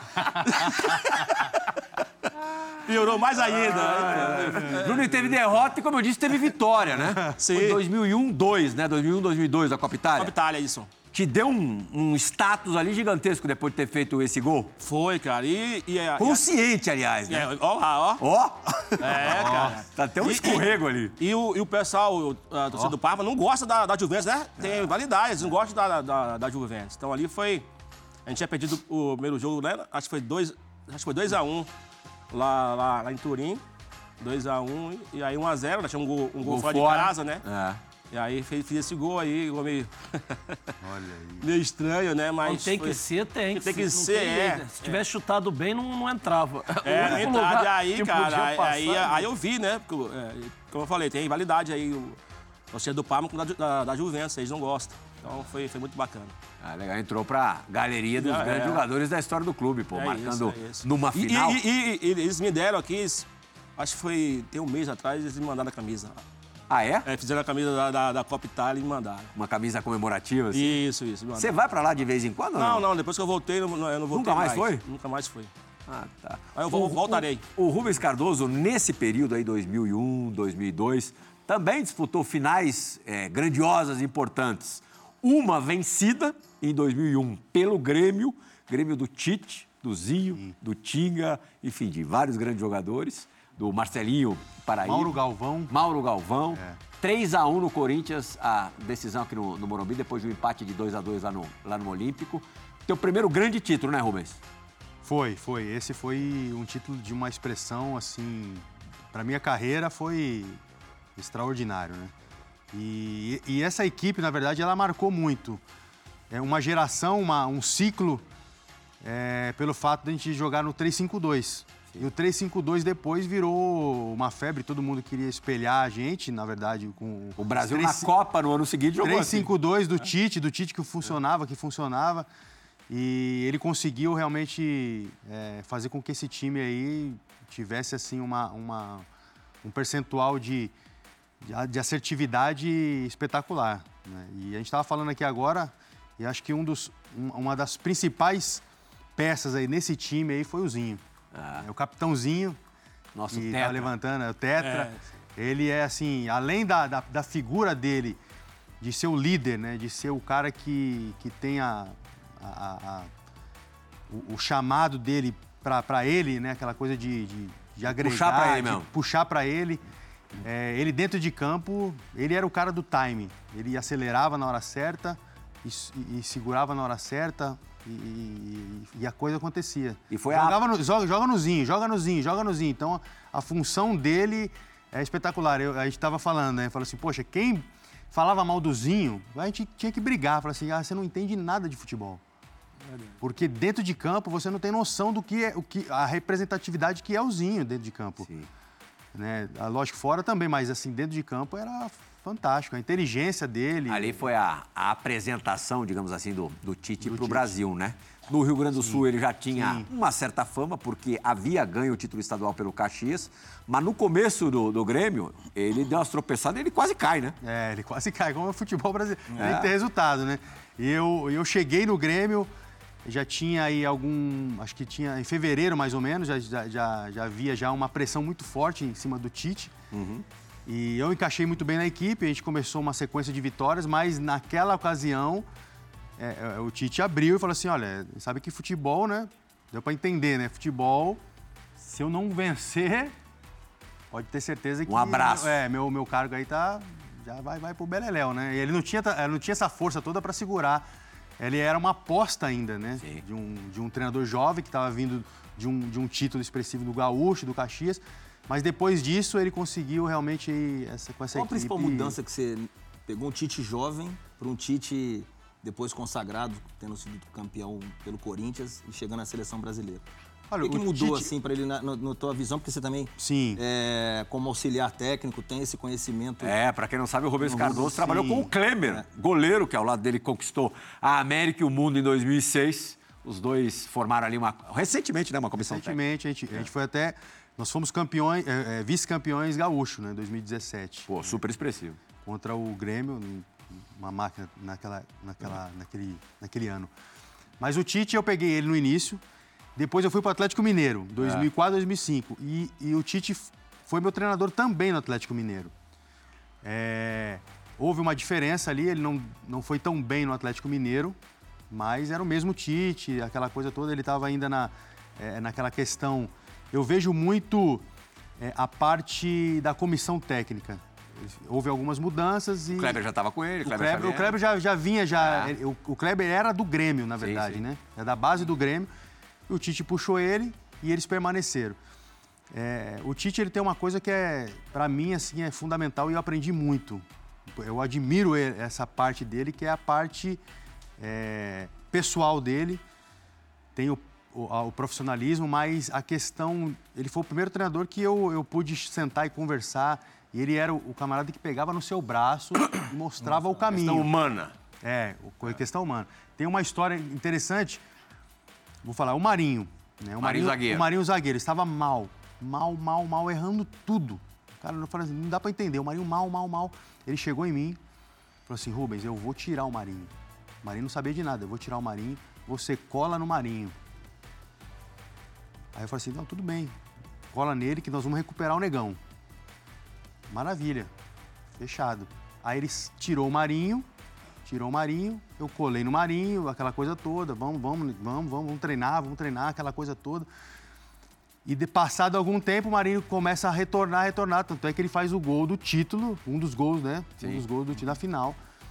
Piorou mais ainda. Bruno teve derrota e, como eu disse, teve vitória, né? Sim. Foi dois mil e um, dois, né? dois mil e um, dois mil e dois da Copa Itália. Copa Itália, isso. Te deu um, um status ali gigantesco depois de ter feito esse gol. Foi, cara. E... e, e Consciente, aliás, e- né? é, ó lá, ó. Ó! É, cara. Tá até um E- escorrego ali. E o, e o pessoal, o- a torcida do Parma, não gosta da, da Juventus, né? Tem validade, eles não gostam da, da, da Juventus. Então ali foi... A gente tinha perdido o primeiro jogo, né? Acho que foi dois, acho que foi dois a um lá, lá, lá em Turim. dois a um e aí um a zero, nós tínhamos um gol, um gol, Gol fora, fora. de casa, né? É. E aí fiz, fiz esse gol aí, gol meio... Olha aí. meio estranho, né? Mas não tem foi- que ser, tem que Tem que não ser, tem é. jeito. Se tivesse chutado bem, não, não entrava. É, O na único entrada. lugar E aí, que cara, podia aí, passar, aí, aí eu vi, né? Porque, é, como eu falei, tem validade aí o torcedor do Parma com o da, da, da Juventus, eles não gostam. Então foi, foi muito bacana. Ah, legal. Entrou pra galeria dos É, grandes é. jogadores da história do clube, pô. É marcando isso, é isso. numa E- final. E, e- e eles me deram aqui, acho que foi tem um mês atrás, eles me mandaram a camisa. Ah, é? É, fizeram a camisa da, da, da Copa Itália e me mandaram. Uma camisa comemorativa, assim? Isso, isso. me Você mandaram. vai pra lá de vez em quando ou Não, não? não, depois que eu voltei, eu não, eu não voltei Nunca mais foi? Nunca mais foi. Ah, tá. Aí eu vou- voltarei. O, o Rubens Cardoso, nesse período aí, dois mil e um, dois mil e dois, também disputou finais é, grandiosas e importantes. Uma vencida em dois mil e um pelo Grêmio, Grêmio do Tite, do Zinho, do Tinga, enfim, de vários grandes jogadores, do Marcelinho Paraíba. Mauro Galvão. Mauro Galvão. É. três a um no Corinthians, a decisão aqui no, no Morumbi, depois de um empate de dois a dois lá no, lá no Olímpico. Teu primeiro grande título, né, Rubens? Foi, foi. Esse foi um título de uma expressão, assim, para minha carreira foi extraordinário, né? E, e essa equipe, na verdade, ela marcou muito. É uma geração, uma, um ciclo, é, pelo fato de a gente jogar no três cinco dois. E o três cinco dois depois virou uma febre, todo mundo queria espelhar a gente, na verdade, com... O Brasil três- na Copa no ano seguinte jogou três assim. cinco dois do Tite, do Tite que funcionava, que funcionava. E ele conseguiu realmente é, fazer com que esse time aí tivesse assim uma, uma- um percentual de, de, de assertividade espetacular, né? E a gente estava falando aqui agora, e acho que um dos, um- uma das principais peças aí nesse time aí foi o Zinho. É o capitãozinho, Nosso que tetra. tá levantando, é o Tetra. Ele é assim, além da, da, da figura dele, de ser o líder, né? De ser o cara que, que tem a, a- a- a- o, o chamado dele para ele, né? Aquela coisa de, de, de agregar, Puxar pra ele de mesmo. puxar para ele. É, ele dentro de campo, ele era o cara do timing. Ele acelerava na hora certa e, e- e segurava na hora certa e, e- e a coisa acontecia. E foi a- Jogava no, joga, joga no Zinho, joga no Zinho, joga no Zinho. Então, a, a função dele é espetacular. Eu- a gente estava falando, né? Falou assim, poxa, quem falava mal do Zinho, a gente tinha que brigar. Falava assim, ah, você não entende nada de futebol. Porque dentro de campo você não tem noção do que é o que, a representatividade que é o Zinho dentro de campo. Sim. Né? Ah, lógico, fora também, mas assim, dentro de campo era fantástico. A inteligência dele. Ali foi a, a apresentação, digamos assim, do, do Tite para o Tite. Brasil, né? No Rio Grande do Sul ele já tinha sim. uma certa fama, porque havia ganho o título estadual pelo Caxias, mas no começo do, do Grêmio, ele deu umas tropeçadas e ele quase cai, né? É, ele quase cai, como é o futebol brasileiro. É. Tem que ter resultado, né? E eu, eu cheguei no Grêmio, já tinha aí algum... Acho que tinha em fevereiro, mais ou menos, já, já, já, já havia já uma pressão muito forte em cima do Tite. E eu encaixei muito bem na equipe, a gente começou uma sequência de vitórias, mas naquela ocasião é, é, o Tite abriu e falou assim, olha, sabe que futebol, né? Deu pra entender, né? Futebol, se eu não vencer, pode ter certeza que... Um abraço. É, meu, meu cargo aí tá... Já vai, vai pro beleléu, né? E ele não tinha, ta- não tinha essa força toda para segurar. Ele era uma aposta ainda, né? Sim. De um, de um treinador jovem que estava vindo de um, de um título expressivo do Gaúcho, do Caxias. Mas depois disso, ele conseguiu realmente essa, com essa Qual a equipe... principal mudança que você pegou um Tite jovem para um Tite depois consagrado, tendo sido campeão pelo Corinthians e chegando à seleção brasileira? Olha, o que, que o mudou, Tite- assim, para ele, na, na, na tua visão? Porque você também, Sim. é, como auxiliar técnico, tem esse conhecimento. É, pra quem não sabe, o Rubens O Cardoso Rubens, trabalhou sim. com o Klemer, goleiro, que ao lado dele conquistou a América e o mundo em dois mil e seis. Os dois formaram ali uma... Recentemente, né? Uma comissão técnica. Recentemente, a gente, a gente foi até... Nós fomos campeões, é, é, vice-campeões gaúcho, né, em dois mil e dezessete. Pô, super expressivo. Contra o Grêmio, uma máquina naquela, naquela, naquele, naquele ano. Mas o Tite, eu peguei ele no início, depois eu fui para o Atlético Mineiro, dois mil e quatro, dois mil e cinco. E, e o Tite foi meu treinador também no Atlético Mineiro. É, houve uma diferença ali, ele não, não foi tão bem no Atlético Mineiro, mas era o mesmo Tite, aquela coisa toda, ele estava ainda na, é, naquela questão... Eu vejo muito é, a parte da comissão técnica. Houve algumas mudanças e... O Kleber já estava com ele, O Kleber Kleber, o Xavier. Kleber já, já vinha, já, É. ele- o, o Kleber era do Grêmio, na verdade, sim. né? É da base do Grêmio. E o Tite puxou ele e eles permaneceram. É, o Tite, ele tem uma coisa que é, para mim, assim, é fundamental e eu aprendi muito. Eu admiro ele- essa parte dele, que é a parte é, pessoal dele. Tem o, o, a- o profissionalismo, mas a questão... Ele foi o primeiro treinador que eu, eu pude sentar e conversar. E ele era o, o camarada que pegava no seu braço e mostrava o caminho. Questão humana. É, o- questão humana. Tem uma história interessante, vou falar, o Marinho. Né? O Marinho zagueiro. O Marinho zagueiro, estava mal, mal, mal, mal, errando tudo. Cara, eu falei assim, não dá pra entender, o Marinho mal, mal, mal. Ele chegou em mim, falou assim, Rubens, eu vou tirar o Marinho. O Marinho não sabia de nada, eu vou tirar o Marinho, você cola no Marinho. Aí eu falei assim, não, tudo bem, cola nele que nós vamos recuperar o Negão. Maravilha, fechado. Aí ele tirou o Marinho, tirou o Marinho, eu colei no Marinho, aquela coisa toda, vamos, vamos, vamos, vamos, vamos treinar, vamos treinar, aquela coisa toda. E de passado algum tempo, o Marinho começa a retornar, retornar, tanto é que ele faz o gol do título, um dos gols, né? Sim. Um dos gols do título da final.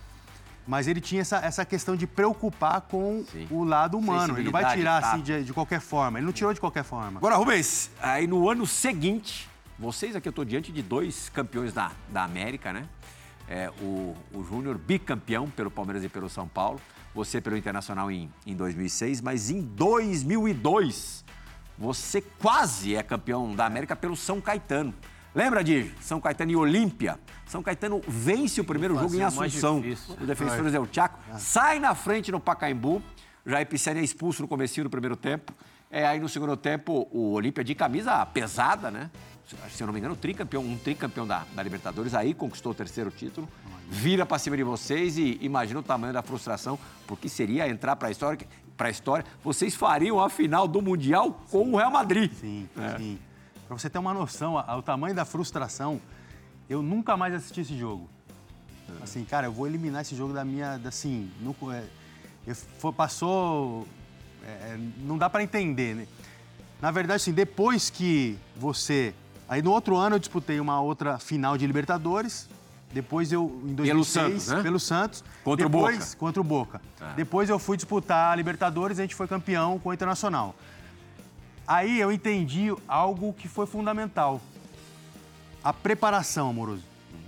Mas ele tinha essa, essa questão de preocupar com Sim. o lado humano. Ele não vai Sensibilidade, tirar tato. assim de, de qualquer forma. Ele não tirou de qualquer forma. Agora, Rubens, aí no ano seguinte, vocês aqui, eu estou diante de dois campeões da, da América, né? É, o, o Júnior bicampeão pelo Palmeiras e pelo São Paulo, você pelo Internacional em, em dois mil e seis, mas em dois mil e dois você quase é campeão da América pelo São Caetano. Lembra de São Caetano e Olímpia? São Caetano vence o primeiro jogo em Fazia mais Assunção. difícil. O Defensores del Chaco sai na frente no Pacaembu. Jair Pisani é expulso no comecinho do primeiro tempo. É, aí no segundo tempo, o Olímpia de camisa pesada, né? Se eu não me engano, tricampeão, um tricampeão da, da Libertadores. Aí conquistou o terceiro título. Vira pra cima de vocês e imagina o tamanho da frustração, porque seria entrar pra história. Pra história. Vocês fariam a final do Mundial com o Real Madrid. Sim, É. sim. Pra você ter uma noção, a- o tamanho da frustração, eu nunca mais assisti esse jogo. Assim, cara, eu vou eliminar esse jogo da minha, da, assim, não, é, eu, foi- passou, é, não dá pra entender, né? Na verdade, assim, depois que você, aí no outro ano eu disputei uma outra final de Libertadores, depois eu, em dois mil e seis, Santos, né? pelo Santos. Contra o depois, Boca. Contra o Boca. Tá. Depois eu fui disputar a Libertadores e a gente foi campeão com o Internacional. Aí eu entendi algo que foi fundamental. A preparação, Amoroso.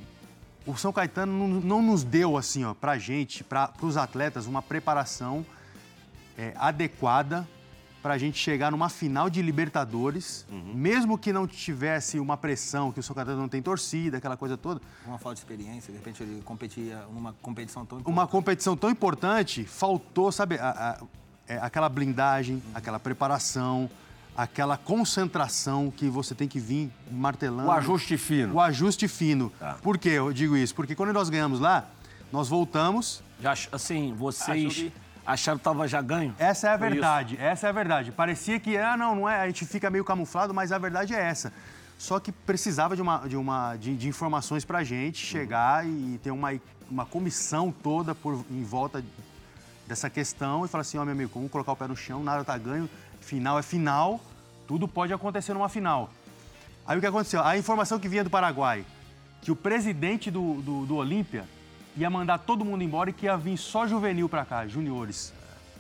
O São Caetano não, não nos deu, assim, ó, pra gente, para os atletas, uma preparação é, adequada pra gente chegar numa final de Libertadores, mesmo que não tivesse uma pressão, que o São Caetano não tem torcida, aquela coisa toda. Uma falta de experiência, de repente ele competia numa competição tão importante. Uma competição tão importante, faltou, sabe, a- a- é, aquela blindagem, aquela preparação, aquela concentração que você tem que vir martelando. O ajuste fino. O ajuste fino. Tá. Por que eu digo isso? Porque quando nós ganhamos lá, nós voltamos. Já, ach- assim, vocês Acho que- acharam que tava já ganho? Essa é a Foi verdade, essa é a verdade. Parecia que, ah, não, não é, a gente fica meio camuflado, mas a verdade é essa. Só que precisava de, uma, de, uma, de, de informações pra gente chegar e ter uma, uma comissão toda por, em volta dessa questão e falar assim, ó, meu amigo, vamos colocar o pé no chão, nada tá ganho, final é final, tudo pode acontecer numa final. Aí o que aconteceu? A informação que vinha do Paraguai, que o presidente do, do, do Olímpia ia mandar todo mundo embora e que ia vir só juvenil pra cá, juniores.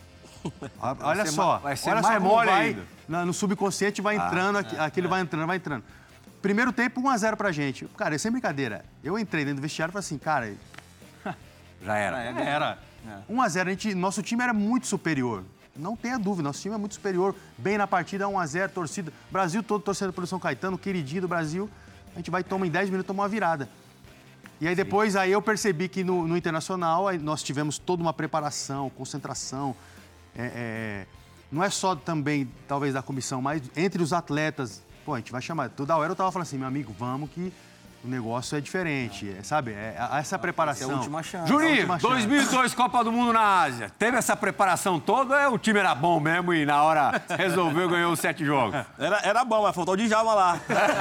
Olha ser só, ma- vai ser olha só mais como mole vai, ainda. na- no subconsciente vai entrando, aqui- aquele vai entrando, vai entrando. Primeiro tempo, um a zero pra gente. Cara, é sem brincadeira. Eu entrei dentro do vestiário e falei assim, cara, Já era. É, era. um a zero, a gente, nosso time era muito superior. não tenha dúvida, nosso time é muito superior, bem na partida, um a zero, torcida, Brasil todo torcendo pelo São Caetano, queridinho do Brasil, a gente vai tomar em dez minutos, tomar uma virada. E aí depois, aí eu percebi que no, no Internacional, aí nós tivemos toda uma preparação, concentração, é, é, não é só também, talvez, da comissão, mas entre os atletas, pô, a gente vai chamar, toda hora eu tava falando assim, meu amigo, vamos que o negócio é diferente, é, sabe? É, essa preparação. Essa é a última chance. Juninho, dois mil e dois, Copa do Mundo na Ásia. Teve essa preparação toda ou é, o time era bom mesmo e na hora resolveu ganhar os sete jogos? Era, era bom, mas faltou o Djalma lá.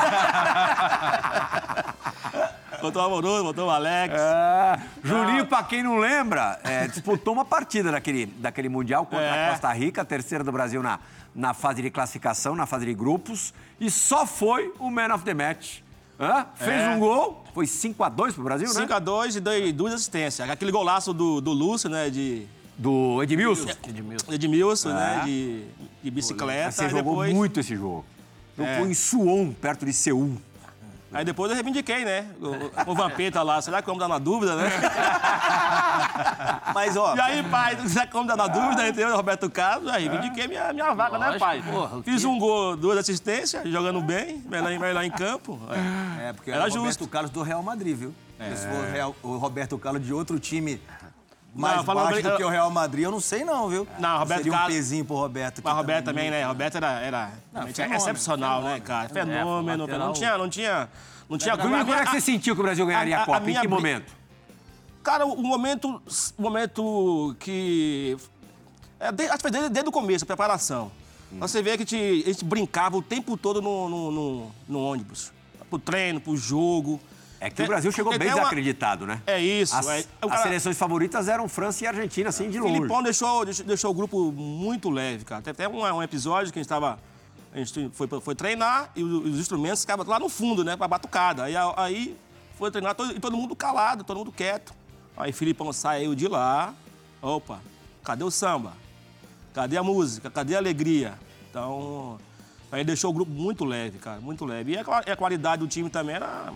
Faltou o Amoroso, faltou o Alex. É, Juninho, pra quem não lembra, é, disputou uma partida daquele, daquele Mundial contra É. a Costa Rica, a terceira do Brasil na, na fase de classificação, na fase de grupos, e só foi o Man of the Match. Hã? Fez É. um gol, foi cinco a dois pro Brasil, né? cinco a dois e dei duas assistências. Aquele golaço do, do Lúcio, né? De Do Edmilson. Edmilson, É. né? De, de bicicleta. Você Aí jogou depois, muito esse jogo. É. Jogou em Suwon, perto de Seul. Aí depois eu reivindiquei, né? O, o Vampeta lá. Será que vamos dar na dúvida, né? Mas, ó, E aí, pai, será que vamos dar na dúvida? Entendeu? Roberto Carlos, aí reivindiquei minha, minha vaga, né, Lógico, pai? porra, o Fiz quê? um gol, duas assistências, jogando bem, melhor, melhor em campo. é porque Era era o Roberto justo. Carlos do Real Madrid, viu? Porque se for o Real- o Roberto Carlos de outro time mais Não, falando baixo bem, do que eu- o Real Madrid, eu não sei não, viu? Não, Roberto Seria um Carlos- pezinho pro Roberto. Mas que Roberto tá também, muito- né? Roberto era, era realmente fenômeno, excepcional, né, fenômeno. cara? É, Fenômeno. lateral. Não tinha, não tinha, não tinha... Juninho, quando é que você sentiu que o Brasil ganharia a, a- a Copa? Em minha que bri- momento? Cara, o momento, o momento que... É, de- acho que foi desde, desde o começo, a preparação. Você vê que a gente, a gente brincava o tempo todo no, no, no- no ônibus. Pro treino, pro jogo. É que o Brasil chegou Porque bem tem uma- desacreditado, né? É isso. As, é, o as cara- seleções favoritas eram França e Argentina, assim, de O longe. Filipão deixou, deixou, deixou o grupo muito leve, cara. Tem até um, um episódio que a gente estava... A gente foi, foi treinar e os, os instrumentos ficavam lá no fundo, né? Pra batucada. Aí, aí foi treinar todo, e todo mundo calado, todo mundo quieto. Aí Filipão saiu de lá. Opa, cadê o samba? Cadê a música? Cadê a alegria? Então, aí deixou o grupo muito leve, cara, muito leve. E a, qua- e a qualidade do time também era...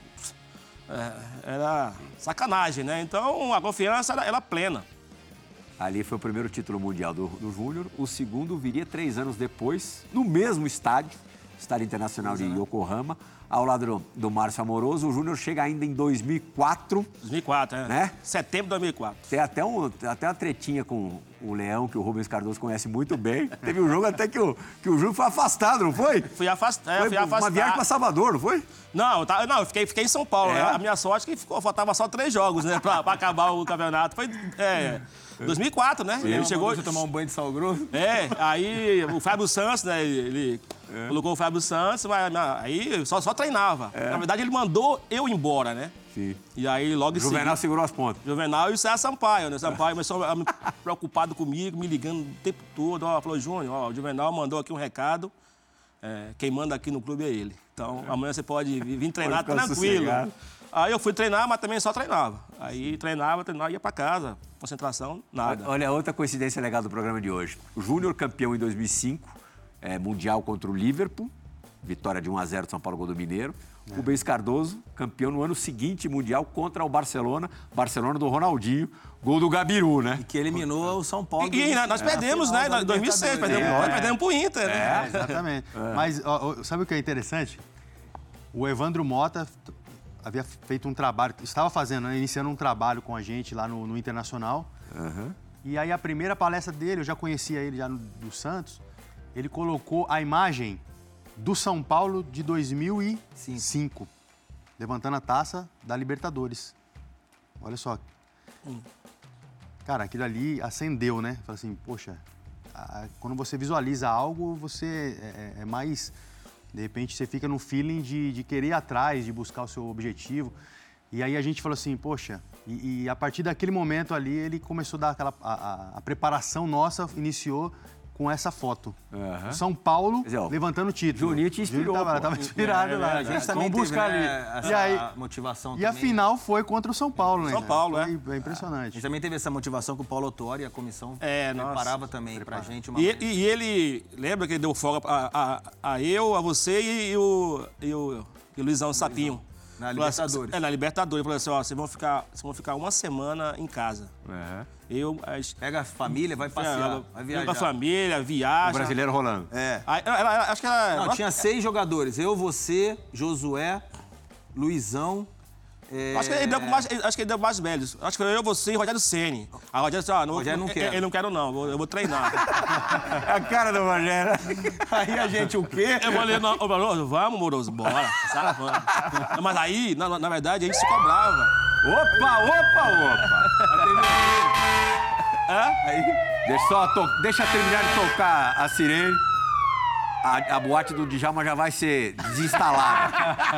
é, era sacanagem, né? Então, a confiança era, era plena. Ali foi o primeiro título mundial do, do Júnior. O segundo viria três anos depois, no mesmo estádio, Estádio Internacional de Yokohama, ao lado do, do Márcio Amoroso. O Júnior chega ainda em dois mil e quatro. dois mil e quatro, né? Né? Setembro de dois mil e quatro. Tem até, um, tem até uma tretinha com o Leão, que o Rubens Cardoso conhece muito bem. Teve um jogo até que o, que o Júnior foi afastado, não foi? Fui afastado. Foi fui uma afastado. viagem para Salvador, não foi? Não, eu, tava, não, eu fiquei, fiquei em São Paulo. É? Né? A minha sorte é que ficou, faltava só três jogos, né? Pra, pra acabar o campeonato. Foi é, dois mil e quatro, né? Ele chegou. Você tomar um banho de sal grosso? É, aí o Fábio Santos, né? Ele É. colocou o Fábio Santos, mas mas aí só, só treinava. Na verdade, ele mandou eu ir embora, né? Sim. E aí logo em Juvenal seguida- segurou as pontas. Juvenal e o César Sampaio, né? Sampaio começou a me preocupado comigo, me ligando o tempo todo. Ó, falou, Júnior, ó, o Juvenal mandou aqui um recado. é, quem manda aqui no clube é ele. Então, amanhã você pode vir vir treinar Pode ficar tranquilo. sossegado. Aí eu fui treinar, mas também só treinava. Aí treinava, treinava, ia pra casa. Concentração, nada. Olha, outra coincidência legal do programa de hoje. O Júnior, campeão em dois mil e cinco, é, mundial contra o Liverpool. Vitória de um a zero do São Paulo, gol do Mineiro. É. Rubens Cardoso, campeão no ano seguinte, mundial, contra o Barcelona. Barcelona do Ronaldinho, gol do Gabiru, né? Que eliminou o São Paulo. E, e nós perdemos, né? Em dois mil e seis, perdemos, É. nós perdemos pro Inter, né? É, exatamente. Mas ó, ó, sabe o que é interessante? O Evandro Mota havia feito um trabalho, estava fazendo, né, iniciando um trabalho com a gente lá no, no Internacional. E aí a primeira palestra dele, eu já conhecia ele já no, do Santos, ele colocou a imagem do São Paulo de dois mil e cinco, levantando a taça da Libertadores. Olha só. Cara, aquilo ali acendeu, né? Falei assim, poxa, a- quando você visualiza algo, você é, é mais... De repente, você fica no feeling de, de querer ir atrás, de buscar o seu objetivo. E aí a gente falou assim, poxa... E, e a partir daquele momento ali, ele começou a dar aquela... A, a- a preparação nossa iniciou com essa foto. Aham. São Paulo Quer dizer, ó, levantando o título. Juninho te inspirou, Juninho tava, pô. tava inspirado lá. A gente também Vamos teve, buscar né, ali. essa E aí, motivação e a também. final foi contra o São Paulo, né? São Paulo, foi, é. É A impressionante. gente também teve essa motivação com o Paulo Autori, a comissão É, nossa. preparava também pra gente uma E, e- e ele, lembra que ele deu folga a, a, a eu, a você e, e o, e o, e o Luizão Sapinho. Na Falou assim, Libertadores. É, na Libertadores. Falou assim, ó, vocês vão ficar, vocês vão ficar uma semana em casa. É. Eu... As, Pega a família, vai passear, ela, vai vem com viajar. a família, viaja. O brasileiro rolando. É. Aí, ela, ela- acho que ela... Não, tinha seis jogadores. Eu, você, Josué, Luizão... é, Acho que ele deu mais, acho que ele deu mais velhos. Acho que eu, você e Rogério Ceni. A Rogério disse, ó, não, Rogério não eu- quer. Eu não quero, não. Eu vou, eu vou treinar. A cara do Rogério. Aí a gente o quê? Eu falei, não, ô, Moroso, vamos, Moroso, bora. Sabe? Vamos. Não, mas aí, na, na verdade, a gente se cobrava. Opa, opa, opa. Aí, Deixa, só to- deixa terminar de tocar a sirene. A, a boate do Djalma já vai ser desinstalada.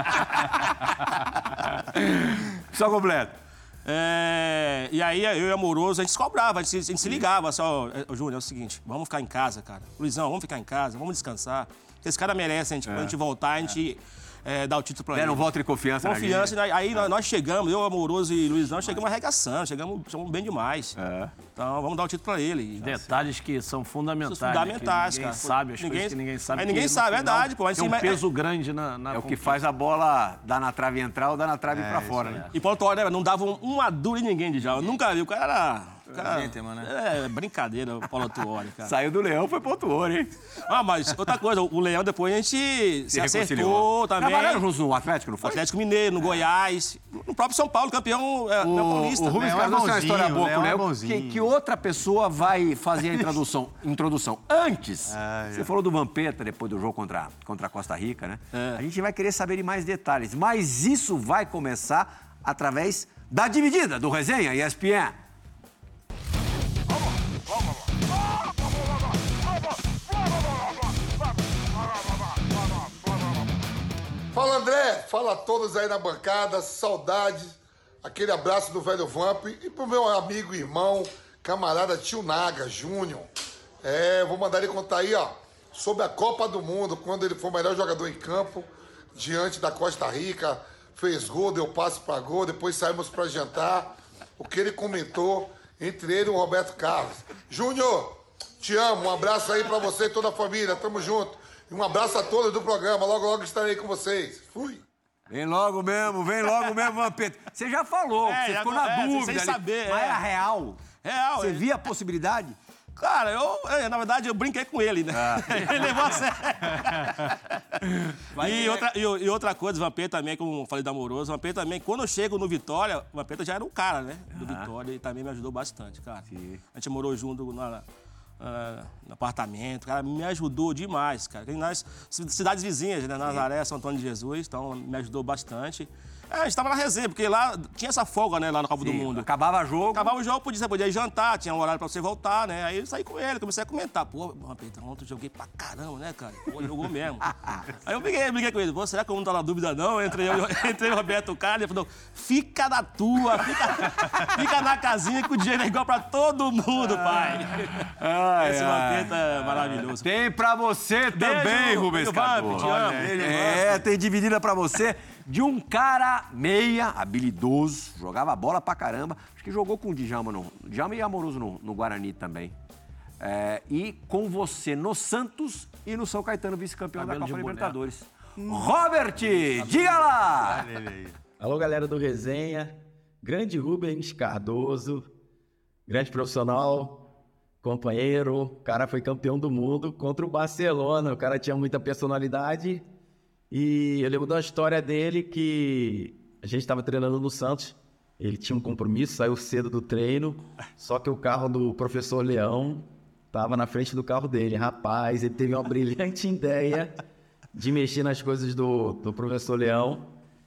Só completo. É, e aí, eu e o Amoroso, a gente se cobrava, a gente, se- a gente se ligava. Só, ô, Júnior, é o seguinte, vamos ficar em casa, cara. Luizão, vamos ficar em casa, vamos descansar. Porque esse cara merece, a gente, quando a gente voltar, a gente é, dá o título pra ele. Deram voto de confiança, Confiança, na né? Aí nós- nós chegamos, eu, Amoroso e Luizão, chegamos arregaçando, chegamos, chegamos bem demais. É. Então, vamos dar o título pra ele. Detalhes que são fundamentais. São fundamentais, né? Que ninguém cara. sabe, as Ninguém- coisas que ninguém sabe. Aí ninguém que no sabe, é final verdade, pô. Mas Tem um sim, mas- peso grande na, na É o que conquista. faz a bola dar na trave entrar ou dar na trave É, pra isso fora, aí. né? E Paulo Torre, né, não dava um- uma dura em ninguém de já. Eu nunca vi. O cara era. o cara- Gentleman, né? É, brincadeira, o Paulo Tuori, cara. Saiu do Leão, foi ponto ouro, hein? Ah, mas outra coisa, o Leão depois a gente se, acertou reconciliou. também. Trabalharam juntos no Atlético, não No foi? Atlético Mineiro, no Goiás, no próprio São Paulo, campeão é, O, paulista. o Rubens Leão é Cardoso tem uma história bonzinho, boa com o Leão é Léo. bonzinho. Que, que outra pessoa vai fazer a introdução. introdução. Antes, Ah, você já. falou do Vampeta, depois do jogo contra, contra a Costa Rica, né? É. A gente vai querer saber de mais detalhes. Mas isso vai começar através da dividida do Resenha E S P N. Fala André, fala a todos aí na bancada, saudades, aquele abraço do velho Vamp e pro meu amigo, irmão, camarada Tio Naga, Júnior. É, vou mandar ele contar aí, ó, sobre a Copa do Mundo, quando ele foi o melhor jogador em campo, diante da Costa Rica, fez gol, deu passe pra gol, depois saímos pra jantar, o que ele comentou, entre ele e o Roberto Carlos. Júnior, te amo, um abraço aí pra você e toda a família, tamo junto. E um abraço a todos do programa. Logo, logo estarei com vocês. Fui. Vem logo mesmo, vem logo mesmo, Vampeta. Você já falou, É, você já ficou não- na é, dúvida sem ali. saber, Mas é. era real. Real, Você é. via a possibilidade? Cara, eu, é, na verdade, eu brinquei com ele, né? Ele levou a sério. e, outra, e, o- e outra coisa, o Vampeta também, como eu falei da Amoroso, o Vampeta também, quando eu chego no Vitória, o Vampeta já era um cara, né? Do Vitória, e também me ajudou bastante, cara. Sim. A gente morou junto na, na- no apartamento, cara, me ajudou demais, cara. E nas cidades vizinhas, né? Nazaré, São Antônio de Jesus, então me ajudou bastante. É, a gente tava na resenha, porque lá tinha essa folga, né, lá na Copa do Sim, Mundo. Acabava jogo. Acabava o jogo, podia, você podia ir jantar, tinha um horário pra você voltar, né? Aí eu saí com ele, comecei a comentar. Pô, Vampeta, ontem eu joguei pra caramba, né, cara? Pô, jogou mesmo. Aí eu briguei, briguei com ele. Pô, será que eu não tá na dúvida, não? Entrei eu, entrei o Roberto Carlos, ele falou, fica na tua, fica, fica na casinha que o dinheiro é igual pra todo mundo, pai. Ai, Esse ai. Vampeta é maravilhoso. Tem pra você também, Rubens Beijo, Vamp, Cardoso. te amo. Olha, Beijo, É, tem dividida pra você de um cara meia, habilidoso, jogava bola pra caramba. Acho que jogou com o Djalma, no, Djalma e Amoroso no, no Guarani também. É, e com você no Santos e no São Caetano, vice-campeão da Cabelo Copa de boneco. Libertadores. Robert, diga lá! Olha ele aí. Alô, galera do Resenha. Grande Rubens Cardoso, grande profissional, companheiro. O cara foi campeão do mundo contra o Barcelona. O cara tinha muita personalidade. E eu lembro da história dele que a gente estava treinando no Santos. Ele tinha um compromisso, saiu cedo do treino. Só que o carro do professor Leão estava na frente do carro dele. Rapaz, ele teve uma brilhante ideia de mexer nas coisas do, do professor Leão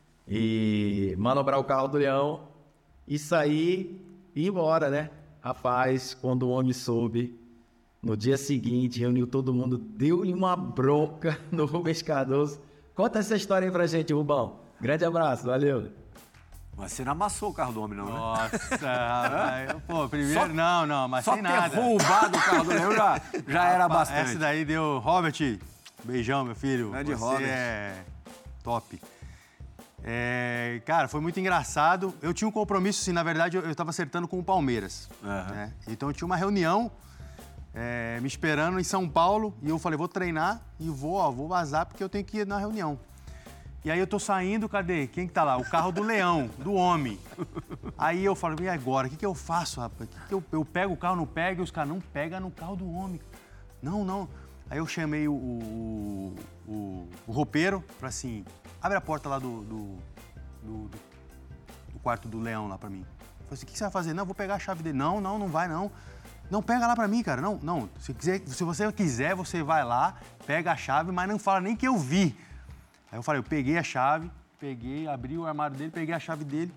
e manobrar o carro do Leão e sair e ir embora, né? Rapaz, quando o homem soube, no dia seguinte, reuniu todo mundo, deu-lhe uma bronca no Rubens Cardoso. Conta essa história aí pra gente, Rubão. Grande abraço, valeu. Mas você não amassou o carro do homem, não, né? Nossa, rapaz. Pô, primeiro, Só- não, não, mas Só sem ter nada. roubado o carro do Leão já, já era Rapaz, bastante. Essa daí deu... Robert, beijão, meu filho. Grande Você Robert. é top. É, cara, foi muito engraçado. Eu tinha um compromisso, assim, na verdade, eu, eu tava acertando com o Palmeiras. Aham. Né? Então eu tinha uma reunião é, me esperando em São Paulo e eu falei, vou treinar e vou, ó, vou vazar porque eu tenho que ir na reunião. E aí eu tô saindo, cadê? Quem que tá lá? O carro do Leão, do homem. Aí eu falo, e agora? O que, que eu faço, rapaz? Que que eu, eu pego o carro, não pego? E os caras, não pega no carro do homem. Não, não. Aí eu chamei o, o, o, o roupeiro, falei assim, abre a porta lá do, do, do, do quarto do Leão lá pra mim. Eu falei assim, o que você vai fazer? Não, eu vou pegar a chave dele. Não, não, não vai não. Não, pega lá pra mim, cara. Não, não. Se, quiser, se você quiser, você vai lá, pega a chave, mas não fala nem que eu vi. Aí eu falei, eu peguei a chave, peguei, abri o armário dele, peguei a chave dele,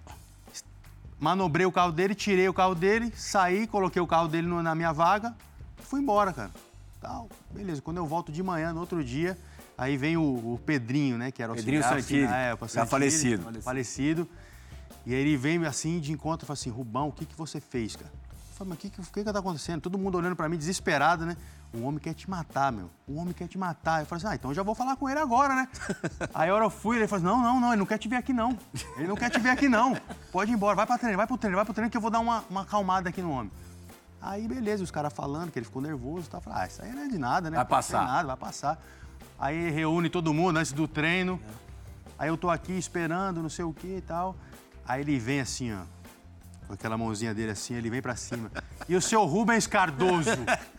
manobrei o carro dele, tirei o carro dele, saí, coloquei o carro dele no, na minha vaga e fui embora, cara. Tal, beleza. Quando eu volto de manhã, no outro dia, aí vem o, o Pedrinho, né, que era o Pedrinho auxiliar, Santilli, assim, na época, já falecido. falecido. Falecido. E aí ele vem assim de encontro e fala assim, Rubão, o que, que você fez, cara? Eu falei, mas o que, que, que que tá acontecendo? Todo mundo olhando pra mim, desesperado, né? O homem quer te matar, meu. O homem quer te matar. Eu falei assim, ah, então eu já vou falar com ele agora, né? Aí a hora eu fui, ele falou assim, não, não, não, ele não quer te ver aqui, não. Ele não quer te ver aqui, não. Pode ir embora, vai pra treino, vai pro treino, vai pro treino que eu vou dar uma, uma acalmada aqui no homem. Aí, beleza, os caras falando que ele ficou nervoso e tal. Eu falei, ah, isso aí não é de nada, né? Vai passar. Não é nada, vai passar. Aí reúne todo mundo antes do treino. Aí eu tô aqui esperando, não sei o que e tal. Aí ele vem assim, ó, com aquela mãozinha dele assim, ele vem pra cima. E o seu Rubens Cardoso?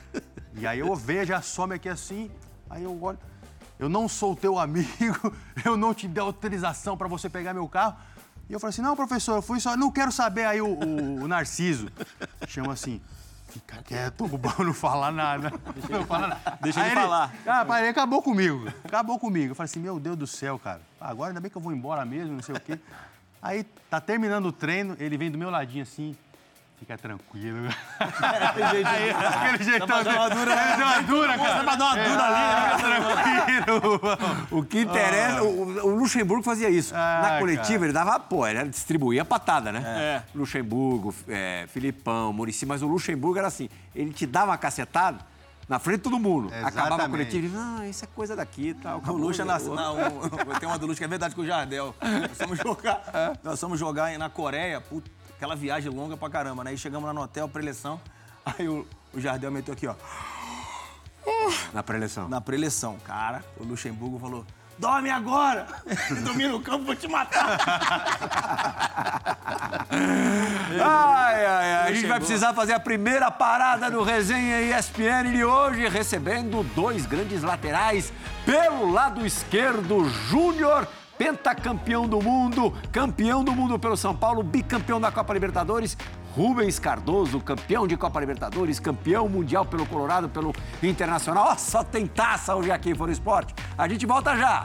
E aí eu vejo, já some aqui assim, aí eu olho. Eu não sou teu amigo, eu não te dei autorização pra você pegar meu carro. E eu falei assim, não, professor, eu fui só, não quero saber. Aí o, o, o Narciso chama assim, fica quieto, o Rubão não fala nada. Não fala nada. Deixa ele Aí falar. Ah, pai, ele acabou comigo, acabou comigo. Eu falei assim, meu Deus do céu, cara, agora ainda bem que eu vou embora mesmo, não sei o quê. Aí tá terminando o treino, ele vem do meu ladinho assim, fica tranquilo. Aí, aquele jeitão Dá pra dar uma dura, né? Dá uma dura, cara. Dá pra dar uma dura ali, né? Fica tranquilo. O que interessa, o, o Luxemburgo fazia isso. Ah, Na coletiva, cara. ele dava apoio, ele distribuía patada, né? É. Luxemburgo, é, Filipão, Muricy, mas o Luxemburgo era assim, ele te dava uma cacetada na frente de todo mundo. Exatamente. Acabava a coletiva e não, isso é coisa daqui e tal. O acabou, Luxa acabou. nasceu. Não, tem uma do Luxa que é verdade com o Jardel. Nós fomos jogar, nós fomos jogar na Coreia, puta, aquela viagem longa pra caramba, né? Aí chegamos lá no hotel, pré-eleção. Aí o, o Jardel meteu aqui, ó. Na pré-eleição. Na pré-eleção. Cara, o Luxemburgo falou: dorme agora! Dormir no campo, vou te matar! Ai, ai, ai. A gente vai precisar fazer a primeira parada do Resenha E S P N de hoje, recebendo dois grandes laterais. Pelo lado esquerdo, Júnior, pentacampeão do mundo, campeão do mundo pelo São Paulo, bicampeão da Copa Libertadores. Rubens Cardoso, campeão de Copa Libertadores, campeão mundial pelo Colorado, pelo Internacional. Ó, só tem taça hoje aqui no Esporte. A gente volta já.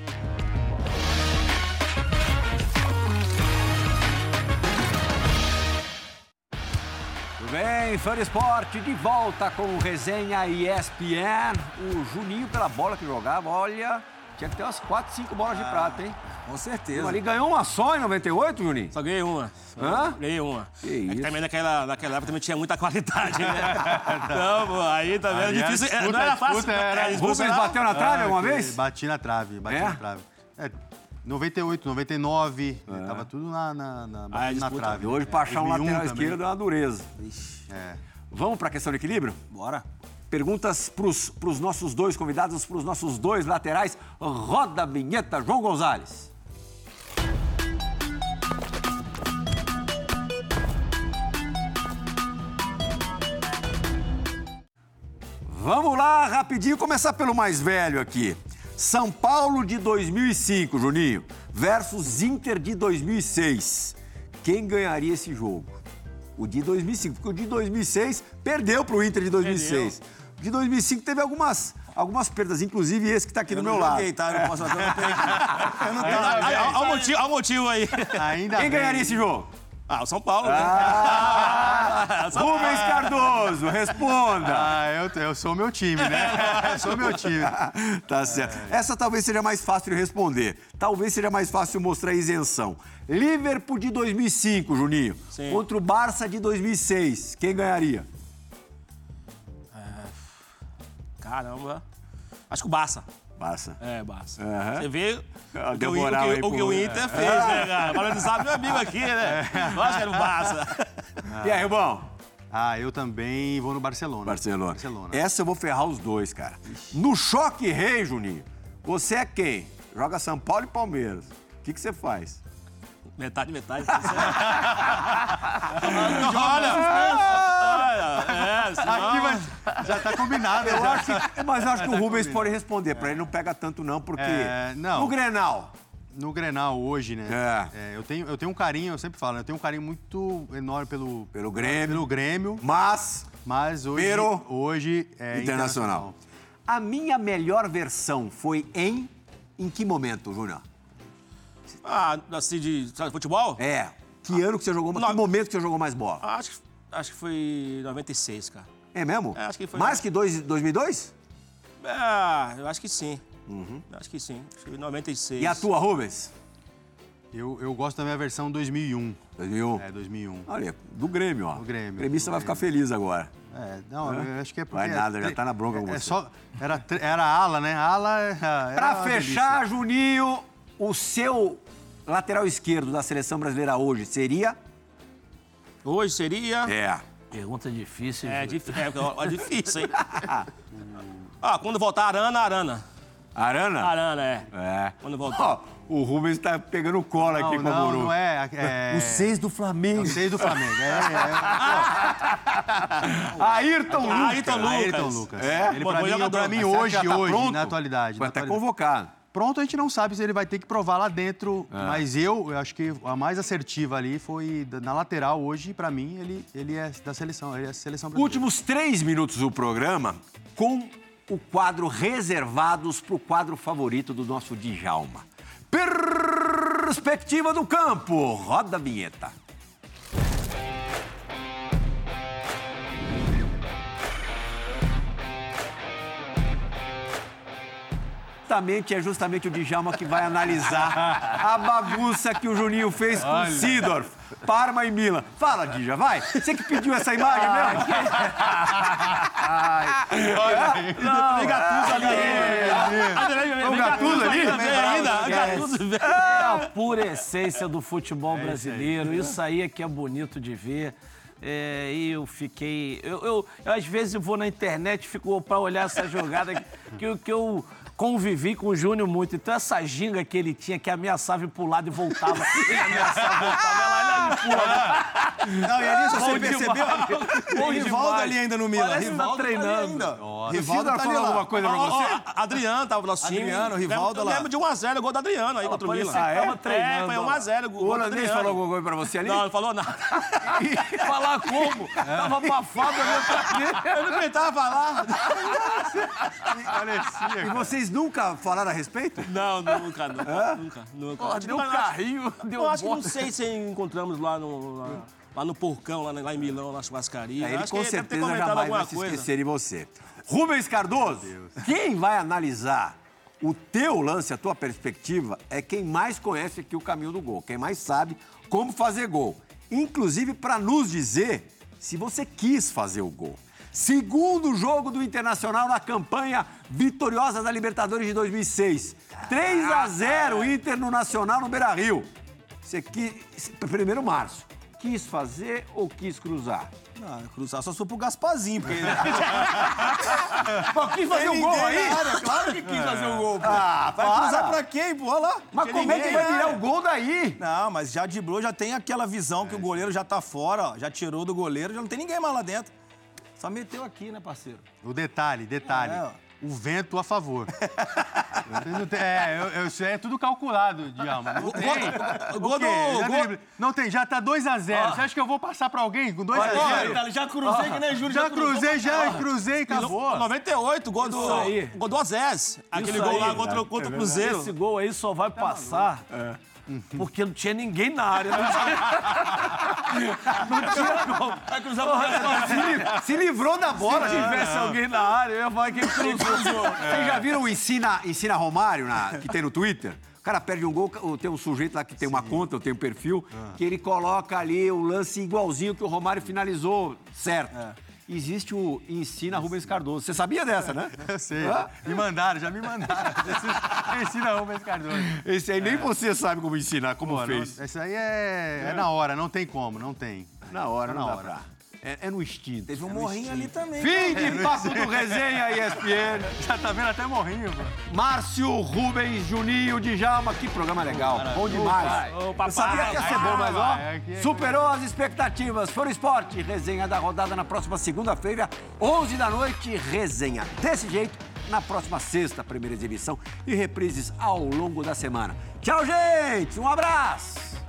Tudo bem, Fã do Esporte, de volta com o Resenha E S P N. O Juninho, pela bola que jogava, olha, tinha que ter umas quatro, cinco bolas de prata, hein? Com certeza. Ali ganhou uma só em noventa e oito, Juninho? Só ganhei uma. Hã? Ganhei uma. Que É isso. também naquela, naquela época também tinha muita qualidade, né? Então, pô, aí também Aí era a difícil. é, disputa- não era a disputa fácil. era- é, a disputa Rubens era- bateu na trave alguma É, vez? Bati na trave, bati É? na trave. É, noventa e oito, noventa e nove, tava tudo na, na, na, Ah, batendo na disputa. trave. E hoje, pra achar um dois mil e um lateral também. esquerdo é uma dureza. É. Vamos pra questão de equilíbrio? Bora. Perguntas pros, pros nossos dois convidados, pros nossos dois laterais. Roda a vinheta, João Gonzalez. Vamos lá, rapidinho, começar pelo mais velho aqui. São Paulo de dois mil e cinco, Juninho, versus Inter de dois mil e seis. Quem ganharia esse jogo? O de dois mil e cinco, porque o de dois mil e seis perdeu pro Inter de dois mil e seis. O de dois mil e cinco teve algumas, algumas perdas, inclusive esse que tá aqui Eu do não meu lado. joguei, tá? Eu não posso fazer, eu não tenho. Eu não tenho. Olha o motivo, olha o motivo aí. Ainda Quem bem. ganharia esse jogo? Ah, o São Paulo. né? Ah, Rubens Cardoso, responda. Ah, eu, eu sou o meu time, né? Eu sou o meu time. Tá certo. Essa talvez seja mais fácil de responder. Talvez seja mais fácil mostrar a isenção. Liverpool de dois mil e cinco, Juninho, Sim. contra o Barça de dois mil e seis. Quem ganharia? Caramba. Acho que o Barça. Barça. É, Barça. Aham. Você vê Ah, o que deu o, In- moral o aí que, o, pro- que o Inter fez, né, cara? Valorizar meu amigo aqui, né? Eu acho que era o Barça. E aí, Rubão? Ah, eu também vou no Barcelona. Barcelona. Barcelona. Essa eu vou ferrar os dois, cara. No choque rei, Juninho, você é quem? joga São Paulo e Palmeiras. O que que você faz? Metade, metade. Olha, olha, é, senão... Aqui vai, já tá combinado. Eu já. acho que, mas eu acho que o Rubens pode responder. Pra ele não pega tanto não, porque É, não. no Grenal... No Grenal hoje, né? É. É, eu, tenho, eu tenho um carinho, eu sempre falo, eu tenho um carinho muito enorme pelo, Pelo Grêmio. pelo Grêmio, Mas, mas hoje, Pero hoje é internacional. A minha melhor versão foi em... Em que momento, Júnior? Ah, assim, de sabe, futebol? É. Que ano que você jogou... Não. Que momento que você jogou mais bola? Ah, acho, que, acho que foi noventa e seis, cara. É mesmo? É, acho que foi- Mais que dois, dois mil e dois? Ah, eu acho que sim. Acho que sim. Acho que foi noventa e seis. E a tua, Rubens? Eu, eu gosto da minha versão dois mil e um. dois mil e um? É, dois mil e um. Olha, do Grêmio, ó. Do Grêmio, O gremista do vai ficar Grêmio. feliz agora. É, não, eu acho que é porque... Vai nada, já é, tá na bronca com é, é você. só, era, tre- era ala, né? Ala era Pra uma fechar, Juninho, o seu lateral esquerdo da seleção brasileira hoje seria? Hoje seria... É. Pergunta difícil. É, Ju. difí- é, é difícil, hein? Ah, quando voltar Arana, Arana. Arana? Arana, é. É. Quando voltar. Ó, o Rubens tá pegando cola delícia. aqui Não, com a não, Muru. não é... é Os seis do Flamengo. Os seis do Flamengo. É, Ayrton Lucas. Ayrton é, Lucas. Ayrton Lucas. É? Ele, Bom, pra bom mim, jogador. pra mim Mas você acha hoje, que já tá hoje, pronto? na atualidade. Foi na até atualidade. convocado. Pronto, a gente não sabe se ele vai ter que provar lá dentro, É. mas eu, eu acho que a mais assertiva ali foi da- na lateral hoje, pra mim, ele, ele é da seleção, ele é da seleção brasileira. Últimos três minutos do programa com o quadro reservados pro quadro favorito do nosso Djalma. Perspectiva do campo. Roda a vinheta. Justamente, é justamente o Djalma que vai analisar a bagunça que o Juninho fez com o Seedorf, Parma e Milan. Fala, Dija, vai. Você que pediu essa imagem mesmo? Tem Gattuso ali. O Gattuso ali? Vem ainda. Gattuso vem. É a pura essência do futebol brasileiro. Isso aí é que é bonito de ver. É, e eu fiquei... Eu, eu, eu, às vezes, eu vou na internet e fico pra olhar essa jogada que, que, eu- que eu convivi com o Júnior muito. Então, essa ginga que ele tinha, que ameaçava ir pro lado e voltava. Ele ameaçava e voltava. Ela, ele empurra. Não, e ali, se você Bom percebeu, demais. tem Bom o Rivaldo demais. ali ainda no Milan. Parece que tá Rivaldo treinando. ali ainda. O Rivaldo Seedorf tá ali falou lá. alguma coisa pra Ó, você? ó, Adriano tava no time. Adriano, Rivaldo Eu lá. lembro de um a zero, o gol do Adriano aí contra o parecia Milan. que tava É, treinando, foi ó. um a zero, o O gol do holandês Adriano. falou alguma coisa pra você ali? Não, não falou nada. Falar como? Tava abafado ali pra quê? Eu não tentava falar. Parecia, E vocês nunca falaram a respeito? Não, nunca, nunca, nunca, nunca. Ó, Acho que deu um não- carrinho, deu Eu acho que não bola. sei se encontramos lá no, lá, lá no Porcão, lá, lá em Milão, na churrascaria. Aí ele acho com que ele deve ter certeza comentado jamais alguma vai se coisa. esquecer de você. Rubens Cardoso, quem vai analisar o teu lance, a tua perspectiva, é quem mais conhece aqui o caminho do gol, quem mais sabe como fazer gol. Inclusive para nos dizer se você quis fazer o gol. Segundo jogo do Internacional na campanha vitoriosa da Libertadores de dois mil e seis. três a zero Inter no Nacional no Beira-Rio. Você quis... Primeiro março. Quis fazer ou quis cruzar? Não, cruzar só se for pro Gasparzinho, porque... Pô, quis fazer o gol aí? Cara, claro que quis fazer o gol, pô. Ah, Vai para. cruzar pra quem, pô? Olha lá. Mas Porque como é que ninguém vai é. virar o gol daí? Não, mas já driblou, já tem aquela visão que o goleiro já tá fora, ó. Já tirou do goleiro, já não tem ninguém mais lá dentro. Só meteu aqui, né, parceiro? O detalhe, detalhe. É, ó. O vento a favor. Não tem- é, eu, eu, isso é tudo calculado, Djalma. Não tem. O gol O quê? do- Já gol- drible- Não tem, já tá dois a zero. Você acha que eu vou passar pra alguém com dois a zero? já cruzei que nem Júlio. Já cruzei, já cruzei, acabou. noventa e oito, gol do, Isso aí. gol do Ozés. Aquele Isso gol aí, lá contra, contra o Cruzeiro. Esse gol aí só vai passar porque não tinha ninguém na área. Não tinha, não tinha como. Vai cruzar pra Se, li- se livrou da bola. Se tivesse alguém na área, eu ia falar que ele cruzou. Vocês já viram o Ensina, Ensina Romário, na- que tem no Twitter? O cara perde um gol, tem um sujeito lá que tem uma conta, tem um perfil, que ele coloca ali o lance igualzinho que o Romário finalizou, certo. Existe o Ensina Rubens Cardoso. Você sabia dessa, né? Eu sei. Hã? Me mandaram, já me mandaram. Esse- Ensina Rubens Cardoso. Esse aí nem você sabe como ensinar, como Pô, não, fez. esse aí é, é na hora, não tem como, não tem. Na hora, Tá não na dá hora. pra. É, é no instinto. Teve um é no morrinho instinto. ali também. Fim de papo do Resenha E S P N. Já tá vendo até morrinho, pô. Márcio, Rubens, Juninho, Djalma, que programa legal. Bom demais. Ô, Eu sabia que ia ser bom, mas ó, é que- superou as expectativas. Foi o Esporte, resenha da rodada na próxima segunda-feira, onze da noite, resenha desse jeito, na próxima sexta, primeira exibição e reprises ao longo da semana. Tchau, gente! Um abraço!